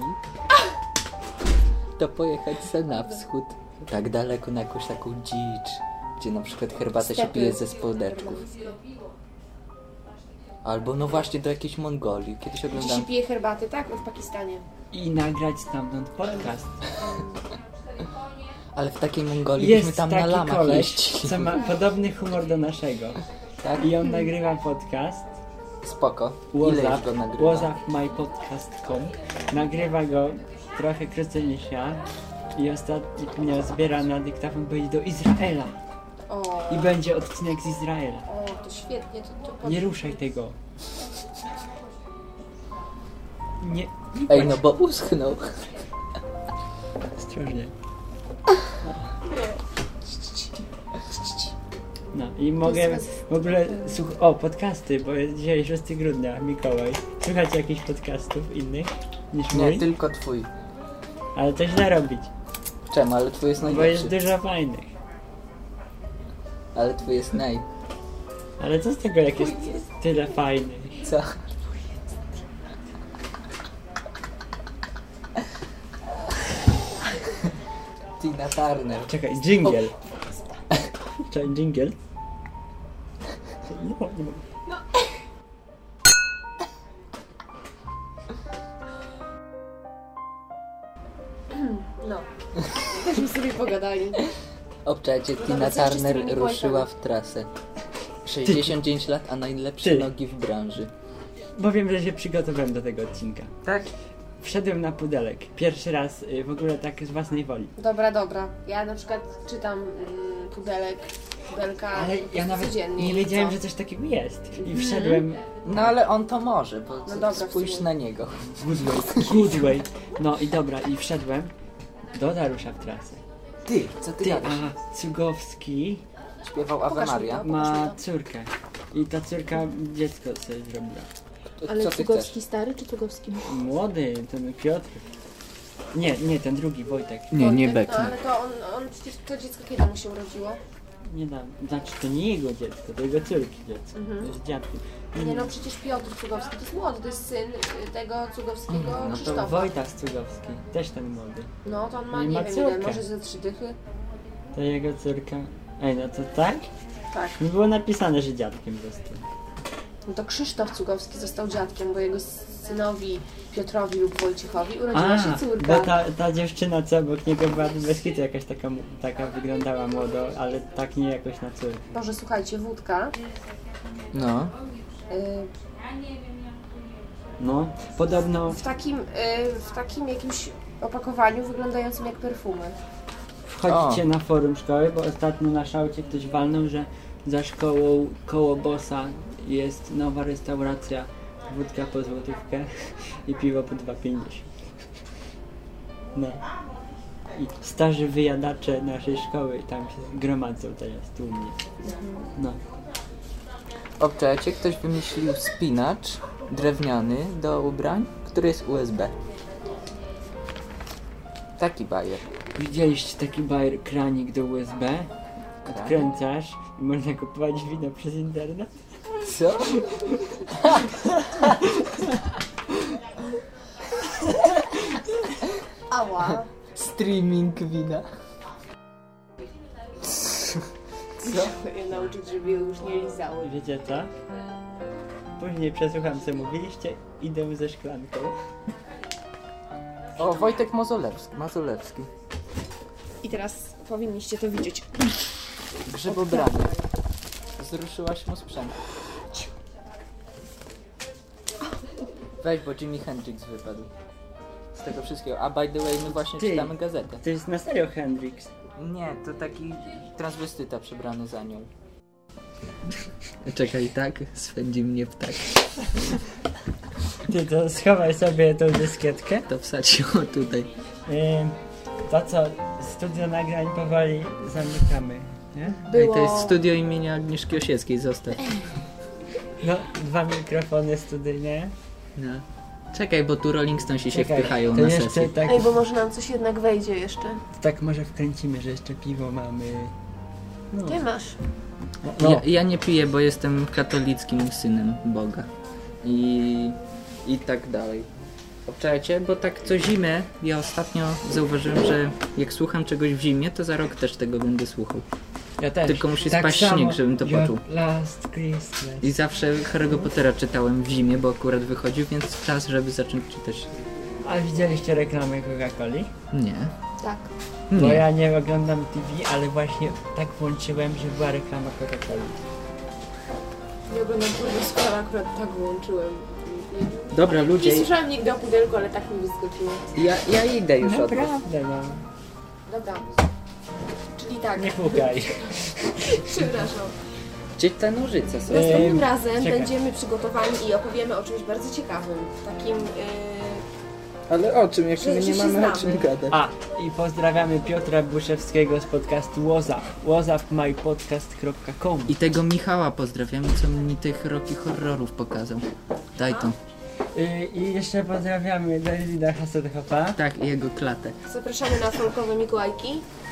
Speaker 3: to pojechać se na wschód, tak daleko na jakąś taką dzicz, gdzie na przykład herbatę się
Speaker 2: Stepy.
Speaker 3: pije ze społeczków. Albo no właśnie do jakiejś Mongolii. Kiedyś
Speaker 2: Gdzie się
Speaker 3: oglądałem...
Speaker 2: pije herbaty, tak? W Pakistanie.
Speaker 1: I nagrać stamtąd podcast.
Speaker 3: Ale w takiej Mongolii byśmy
Speaker 1: Jest
Speaker 3: tam na
Speaker 1: taki
Speaker 3: lamach
Speaker 1: koleś,
Speaker 3: jeździli.
Speaker 1: co ma podobny humor do naszego.
Speaker 3: Tak?
Speaker 1: I on nagrywa podcast.
Speaker 3: Spoko. Ile już
Speaker 1: Łozaf,
Speaker 3: go nagrywa?
Speaker 1: Łozaf my podcast kropka com. Nagrywa go trochę krócej niż ja. I ostatnio zbiera na dyktafon, będzie do Izraela.
Speaker 2: O,
Speaker 1: I będzie odcinek z Izraela.
Speaker 2: o to świetnie. To, to
Speaker 1: Nie ruszaj tego. Nie. nie
Speaker 3: Ej,
Speaker 1: płacz.
Speaker 3: no bo uschnął.
Speaker 1: Ostrożnie. No i mogę w ogóle słuch... O, podcasty, bo jest dzisiaj szóstego grudnia, Mikołaj. Słuchać jakichś podcastów innych niż mój?
Speaker 3: Nie, tylko twój.
Speaker 1: Ale to źle robić,
Speaker 3: Czemu? Ale twój jest
Speaker 1: bo jest
Speaker 3: najlepszy.
Speaker 1: dużo fajnych.
Speaker 3: Ale twój jest naj...
Speaker 1: Ale co z tego, jak jest tyle fajnych?
Speaker 3: Co? Tina Turner.
Speaker 1: Czekaj, dżingiel. Czekaj, dżingiel. Nie mogę, nie mogę.
Speaker 2: No. Teśmy sobie pogadali.
Speaker 3: Obczajcie, Tina
Speaker 2: dobra, co jeszcze z tymi
Speaker 3: Turner
Speaker 2: Mikołajkami?
Speaker 3: ruszyła w trasę. sześćdziesiąt dziewięć lat, a najlepsze
Speaker 1: Ty.
Speaker 3: nogi w branży.
Speaker 1: Bo wiem, że się przygotowałem do tego odcinka.
Speaker 3: Tak?
Speaker 1: Wszedłem na pudelek. Pierwszy raz y, w ogóle tak z własnej woli.
Speaker 2: Dobra, dobra. Ja na przykład czytam mm, pudelek, pudelka
Speaker 1: Ale ja nawet
Speaker 2: codziennie.
Speaker 1: nie
Speaker 2: i
Speaker 1: wiedziałem,
Speaker 2: co?
Speaker 1: że coś takiego jest. I wszedłem
Speaker 3: No ale on to może, bo
Speaker 2: No dobra, w
Speaker 3: spójrz
Speaker 2: sumie.
Speaker 3: na niego.
Speaker 1: Goodway. Goodway. No i dobra, i wszedłem do Dariusza w trasę.
Speaker 3: Ty, co ty,
Speaker 1: Ty,
Speaker 3: gadasz?
Speaker 1: a Cugowski
Speaker 3: Śpiewał Ave
Speaker 2: Pokaż mi
Speaker 3: Maria.
Speaker 2: to.
Speaker 1: Ma córkę. I ta córka dziecko sobie zrobiła.
Speaker 2: Ale
Speaker 3: Co ty
Speaker 2: Cugowski
Speaker 3: chcesz?
Speaker 2: stary czy Cugowski młody?
Speaker 1: Młody, ten Piotr. Nie, nie, ten drugi, Wojtek.
Speaker 3: Nie, nie
Speaker 2: No
Speaker 3: beknę.
Speaker 2: ale to on, on przecież to dziecko kiedy mu się urodziło?
Speaker 1: Nie dam. Znaczy to nie jego dziecko, to jego córki dziecko.
Speaker 2: Mhm.
Speaker 1: To jest dziadkiem.
Speaker 2: Nie no, przecież Piotr Cugowski to jest młody, to jest syn y, tego Cugowskiego
Speaker 1: No to
Speaker 2: Krzysztofa.
Speaker 1: Wojtas Cugowski, też ten młody.
Speaker 2: No to on ma,
Speaker 1: I
Speaker 2: nie
Speaker 1: ma
Speaker 2: wiem ile,
Speaker 1: córkę.
Speaker 2: może ze trzy dychy?
Speaker 1: To jego córka. Ej, no to tak?
Speaker 2: Tak.
Speaker 1: Nie było napisane, że dziadkiem został.
Speaker 2: No to Krzysztof Cugowski został dziadkiem, bo jego synowi Piotrowi lub Wojciechowi urodziła się córka.
Speaker 1: bo ta, ta dziewczyna, co obok niego była bez kitu, jakaś taka, taka wyglądała młodo, ale tak nie jakoś na córkę.
Speaker 2: Boże, słuchajcie, wódka.
Speaker 3: No.
Speaker 2: Y,
Speaker 1: No, podobno
Speaker 2: w takim, y, w takim jakimś opakowaniu wyglądającym jak perfumy.
Speaker 1: wchodzicie na forum szkoły, bo ostatnio na szaucie ktoś walnął, że za szkołą koło Bossa jest nowa restauracja, wódka po złotówkę i piwo po dwa pięćdziesiąt. No. I starzy wyjadacze naszej szkoły tam się gromadzą teraz tłumnie. No.
Speaker 3: Obczajcie, ktoś wymyślił spinacz drewniany do ubrań, który jest U S B. Taki bajer.
Speaker 1: Widzieliście taki bajer, kranik do U S B? Odkręcasz i można kupować wino przez internet?
Speaker 3: Co?
Speaker 2: Ała.
Speaker 3: Streaming wina.
Speaker 2: Co? Je nauczyć, żeby je już nie lizało.
Speaker 1: Wiecie co? Później przesłucham, co mówiliście, idę ze szklanką.
Speaker 3: O, Wojtek Mazolewski. Mazolewski.
Speaker 2: I teraz powinniście to widzieć.
Speaker 3: Grzybobranie. Zruszyłaś mu sprzęt. Weź, bo Jimi Hendrix wypadł. Z tego wszystkiego. A by the way, my właśnie
Speaker 1: Ty.
Speaker 3: czytamy gazetę.
Speaker 1: To jest na serio Hendrix.
Speaker 3: Nie, to taki transwestyta przebrany za nią. Czekaj, tak? Swędzi mnie ptak.
Speaker 1: Ty to schowaj sobie tą dyskietkę.
Speaker 3: To wsadź ją tutaj.
Speaker 1: Yy, to co, studio nagrań powoli zamykamy, nie?
Speaker 3: Ej, to jest studio imienia Agnieszki Osieckiej, zostaw.
Speaker 1: No, dwa mikrofony studyjne.
Speaker 3: No. Czekaj, bo tu Rolling Stonesi się
Speaker 1: Czekaj,
Speaker 3: wpychają
Speaker 1: to
Speaker 3: na
Speaker 1: jeszcze
Speaker 3: sesję.
Speaker 1: tak,
Speaker 2: Ej, bo może nam coś jednak wejdzie jeszcze.
Speaker 1: tak może wkręcimy, że jeszcze piwo mamy. No.
Speaker 2: Ty masz.
Speaker 1: No.
Speaker 3: Ja, ja nie piję, bo jestem katolickim synem Boga. I, i tak dalej. Obczajcie, bo tak co zimę, ja ostatnio zauważyłem, że jak słucham czegoś w zimie, to za rok też tego będę słuchał.
Speaker 1: Ja też.
Speaker 3: Tylko musi
Speaker 1: tak
Speaker 3: spaść
Speaker 1: samo,
Speaker 3: śnieg, żebym to
Speaker 1: Your
Speaker 3: poczuł.
Speaker 1: Last Christmas.
Speaker 3: I zawsze Harry'ego Pottera czytałem w zimie, bo akurat wychodził, więc czas, żeby zacząć czytać.
Speaker 1: A widzieliście reklamę Coca-Coli?
Speaker 3: Nie.
Speaker 2: Tak.
Speaker 1: Bo
Speaker 3: Nie.
Speaker 1: ja nie oglądam T V, ale właśnie tak włączyłem, że była reklama Coca-Coli.
Speaker 2: Nie oglądam Pudelku, ale akurat tak włączyłem.
Speaker 3: Dobra, ludzie,
Speaker 2: Nie słyszałam nigdy o Pudelku, ale tak mi wyskoczyło.
Speaker 3: ja, ja idę już od was.
Speaker 1: Naprawdę, no.
Speaker 2: Dobra. Czyli tak.
Speaker 1: Nie chłupiaj.
Speaker 2: Przepraszam.
Speaker 3: Gdzie te nożyce są?
Speaker 2: Następnym
Speaker 1: Ym,
Speaker 2: razem
Speaker 1: czekaj.
Speaker 2: będziemy przygotowani i opowiemy o czymś bardzo ciekawym. Takim... Yy...
Speaker 3: Ale o czym, jak
Speaker 2: Że-
Speaker 3: my
Speaker 2: że
Speaker 3: nie
Speaker 2: się
Speaker 3: mamy
Speaker 2: znamy.
Speaker 3: o czym gadać?
Speaker 1: A, i pozdrawiamy Piotra Buszewskiego z podcastu WhatsApp. whatsapp my podcast kropka com.
Speaker 3: I tego Michała pozdrawiamy, co mi tych roki horrorów pokazał. Daj to.
Speaker 1: Y, I jeszcze pozdrawiamy Davida Hasselhoffa.
Speaker 3: Tak, i jego klatę.
Speaker 2: Zapraszamy na folkowe Mikołajki.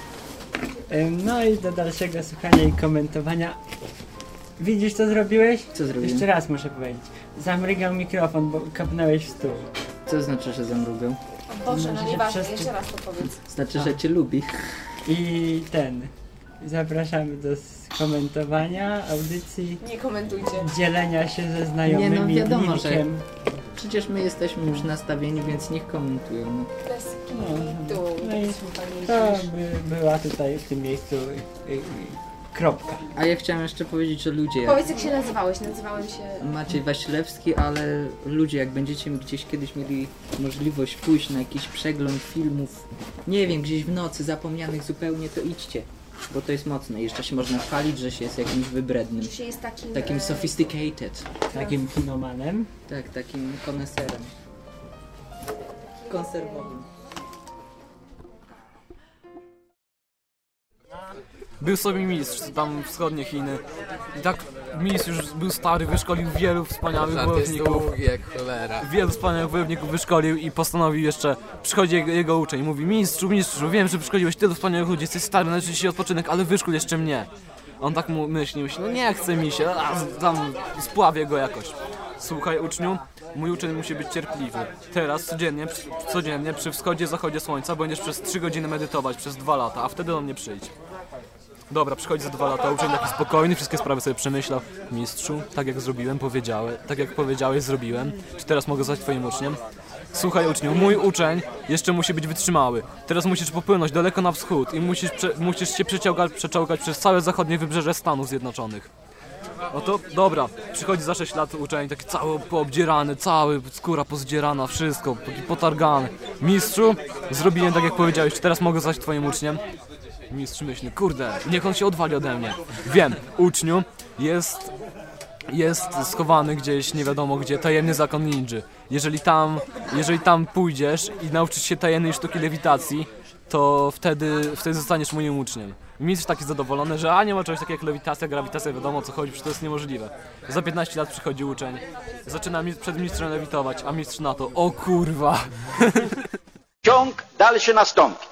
Speaker 1: Y, No i do dalszego słuchania i komentowania. Widzisz co zrobiłeś?
Speaker 3: Co zrobiłem?
Speaker 1: Jeszcze raz muszę powiedzieć. Zamrygał mikrofon, bo kapnąłeś w stół.
Speaker 3: Co znaczy, że zamrugał?
Speaker 2: O Boże, no
Speaker 1: Może się
Speaker 2: nieważne,
Speaker 1: przez-
Speaker 2: jeszcze raz to powiedz.
Speaker 3: Znaczy, że cię lubi.
Speaker 1: I ten. Zapraszamy do komentowania, audycji,
Speaker 2: Nie komentujcie.
Speaker 1: dzielenia się ze znajomymi
Speaker 3: Nie, no wiadomo, że-
Speaker 1: linkiem.
Speaker 3: Przecież my jesteśmy już nastawieni, więc niech komentują. No.
Speaker 2: Bez
Speaker 1: No,
Speaker 2: kitu.
Speaker 1: no i
Speaker 2: Tak się
Speaker 1: to
Speaker 2: pamiętasz.
Speaker 1: by była tutaj w tym miejscu y, y, kropka.
Speaker 3: A ja chciałem jeszcze powiedzieć, że ludzie...
Speaker 2: Powiedz jak się nazywałeś. Nazywałem się...
Speaker 3: Maciej Wasilewski, ale ludzie, jak będziecie gdzieś kiedyś mieli możliwość pójść na jakiś przegląd filmów, nie wiem, gdzieś w nocy, zapomnianych zupełnie, to idźcie. Bo to jest mocne. Jeszcze się można chwalić, że się jest jakimś wybrednym.
Speaker 2: Że się jest takim...
Speaker 3: Takim
Speaker 2: e,
Speaker 3: sophisticated.
Speaker 1: Takim kinomanem.
Speaker 3: Tak, takim koneserem. Konserwowym.
Speaker 6: Był sobie mistrz, tam wschodnie Chiny. I tak mistrz już był stary, wyszkolił wielu wspaniałych wojowników. Wielu wspaniałych wojowników wyszkolił i postanowił jeszcze, przychodzi jego, jego uczeń, mówi: mistrzu, mistrzu, wiem, że wyszkoliłeś tylu wspaniałych ludzi, jesteś stary, należy ci odpoczynek, ale wyszkól jeszcze mnie. On tak mu myśli, myśli, no nie chce mi się, a tam spławię go jakoś. Słuchaj, uczniu, mój uczeń musi być cierpliwy. Teraz codziennie, codziennie przy wschodzie, zachodzie słońca będziesz przez trzy godziny medytować przez dwa lata, a wtedy do mnie przyjdź. Dobra, przychodzi za dwa lata, uczeń taki spokojny, wszystkie sprawy sobie przemyślał. Mistrzu, tak jak zrobiłem, powiedziałem, tak jak powiedziałeś, zrobiłem. Czy teraz mogę zostać twoim uczniem? Słuchaj, uczniu, mój uczeń jeszcze musi być wytrzymały. Teraz musisz popłynąć daleko na wschód i musisz, prze, musisz się przeciągać, przeczołgać przez całe zachodnie wybrzeże Stanów Zjednoczonych. No to dobra, przychodzi za sześć lat uczeń, taki cały poobdzierany, cały, skóra pozdzierana, wszystko, taki potargany. Mistrzu, zrobiłem tak jak powiedziałeś, czy teraz mogę zostać twoim uczniem? Mistrz myśli, kurde, niech on się odwali ode mnie. Wiem, uczniu, jest, jest schowany gdzieś, nie wiadomo gdzie, tajemny zakon ninży. Jeżeli tam, jeżeli tam pójdziesz i nauczysz się tajemnej sztuki lewitacji, to wtedy, wtedy zostaniesz moim uczniem. Mistrz taki zadowolony, że a nie ma czegoś takiego jak lewitacja, grawitacja, wiadomo o co chodzi, przecież to jest niemożliwe. Za piętnaście lat przychodzi uczeń, zaczyna przed mistrzem lewitować, a mistrz na to, o kurwa.
Speaker 7: Ciąg dalszy nastąpi.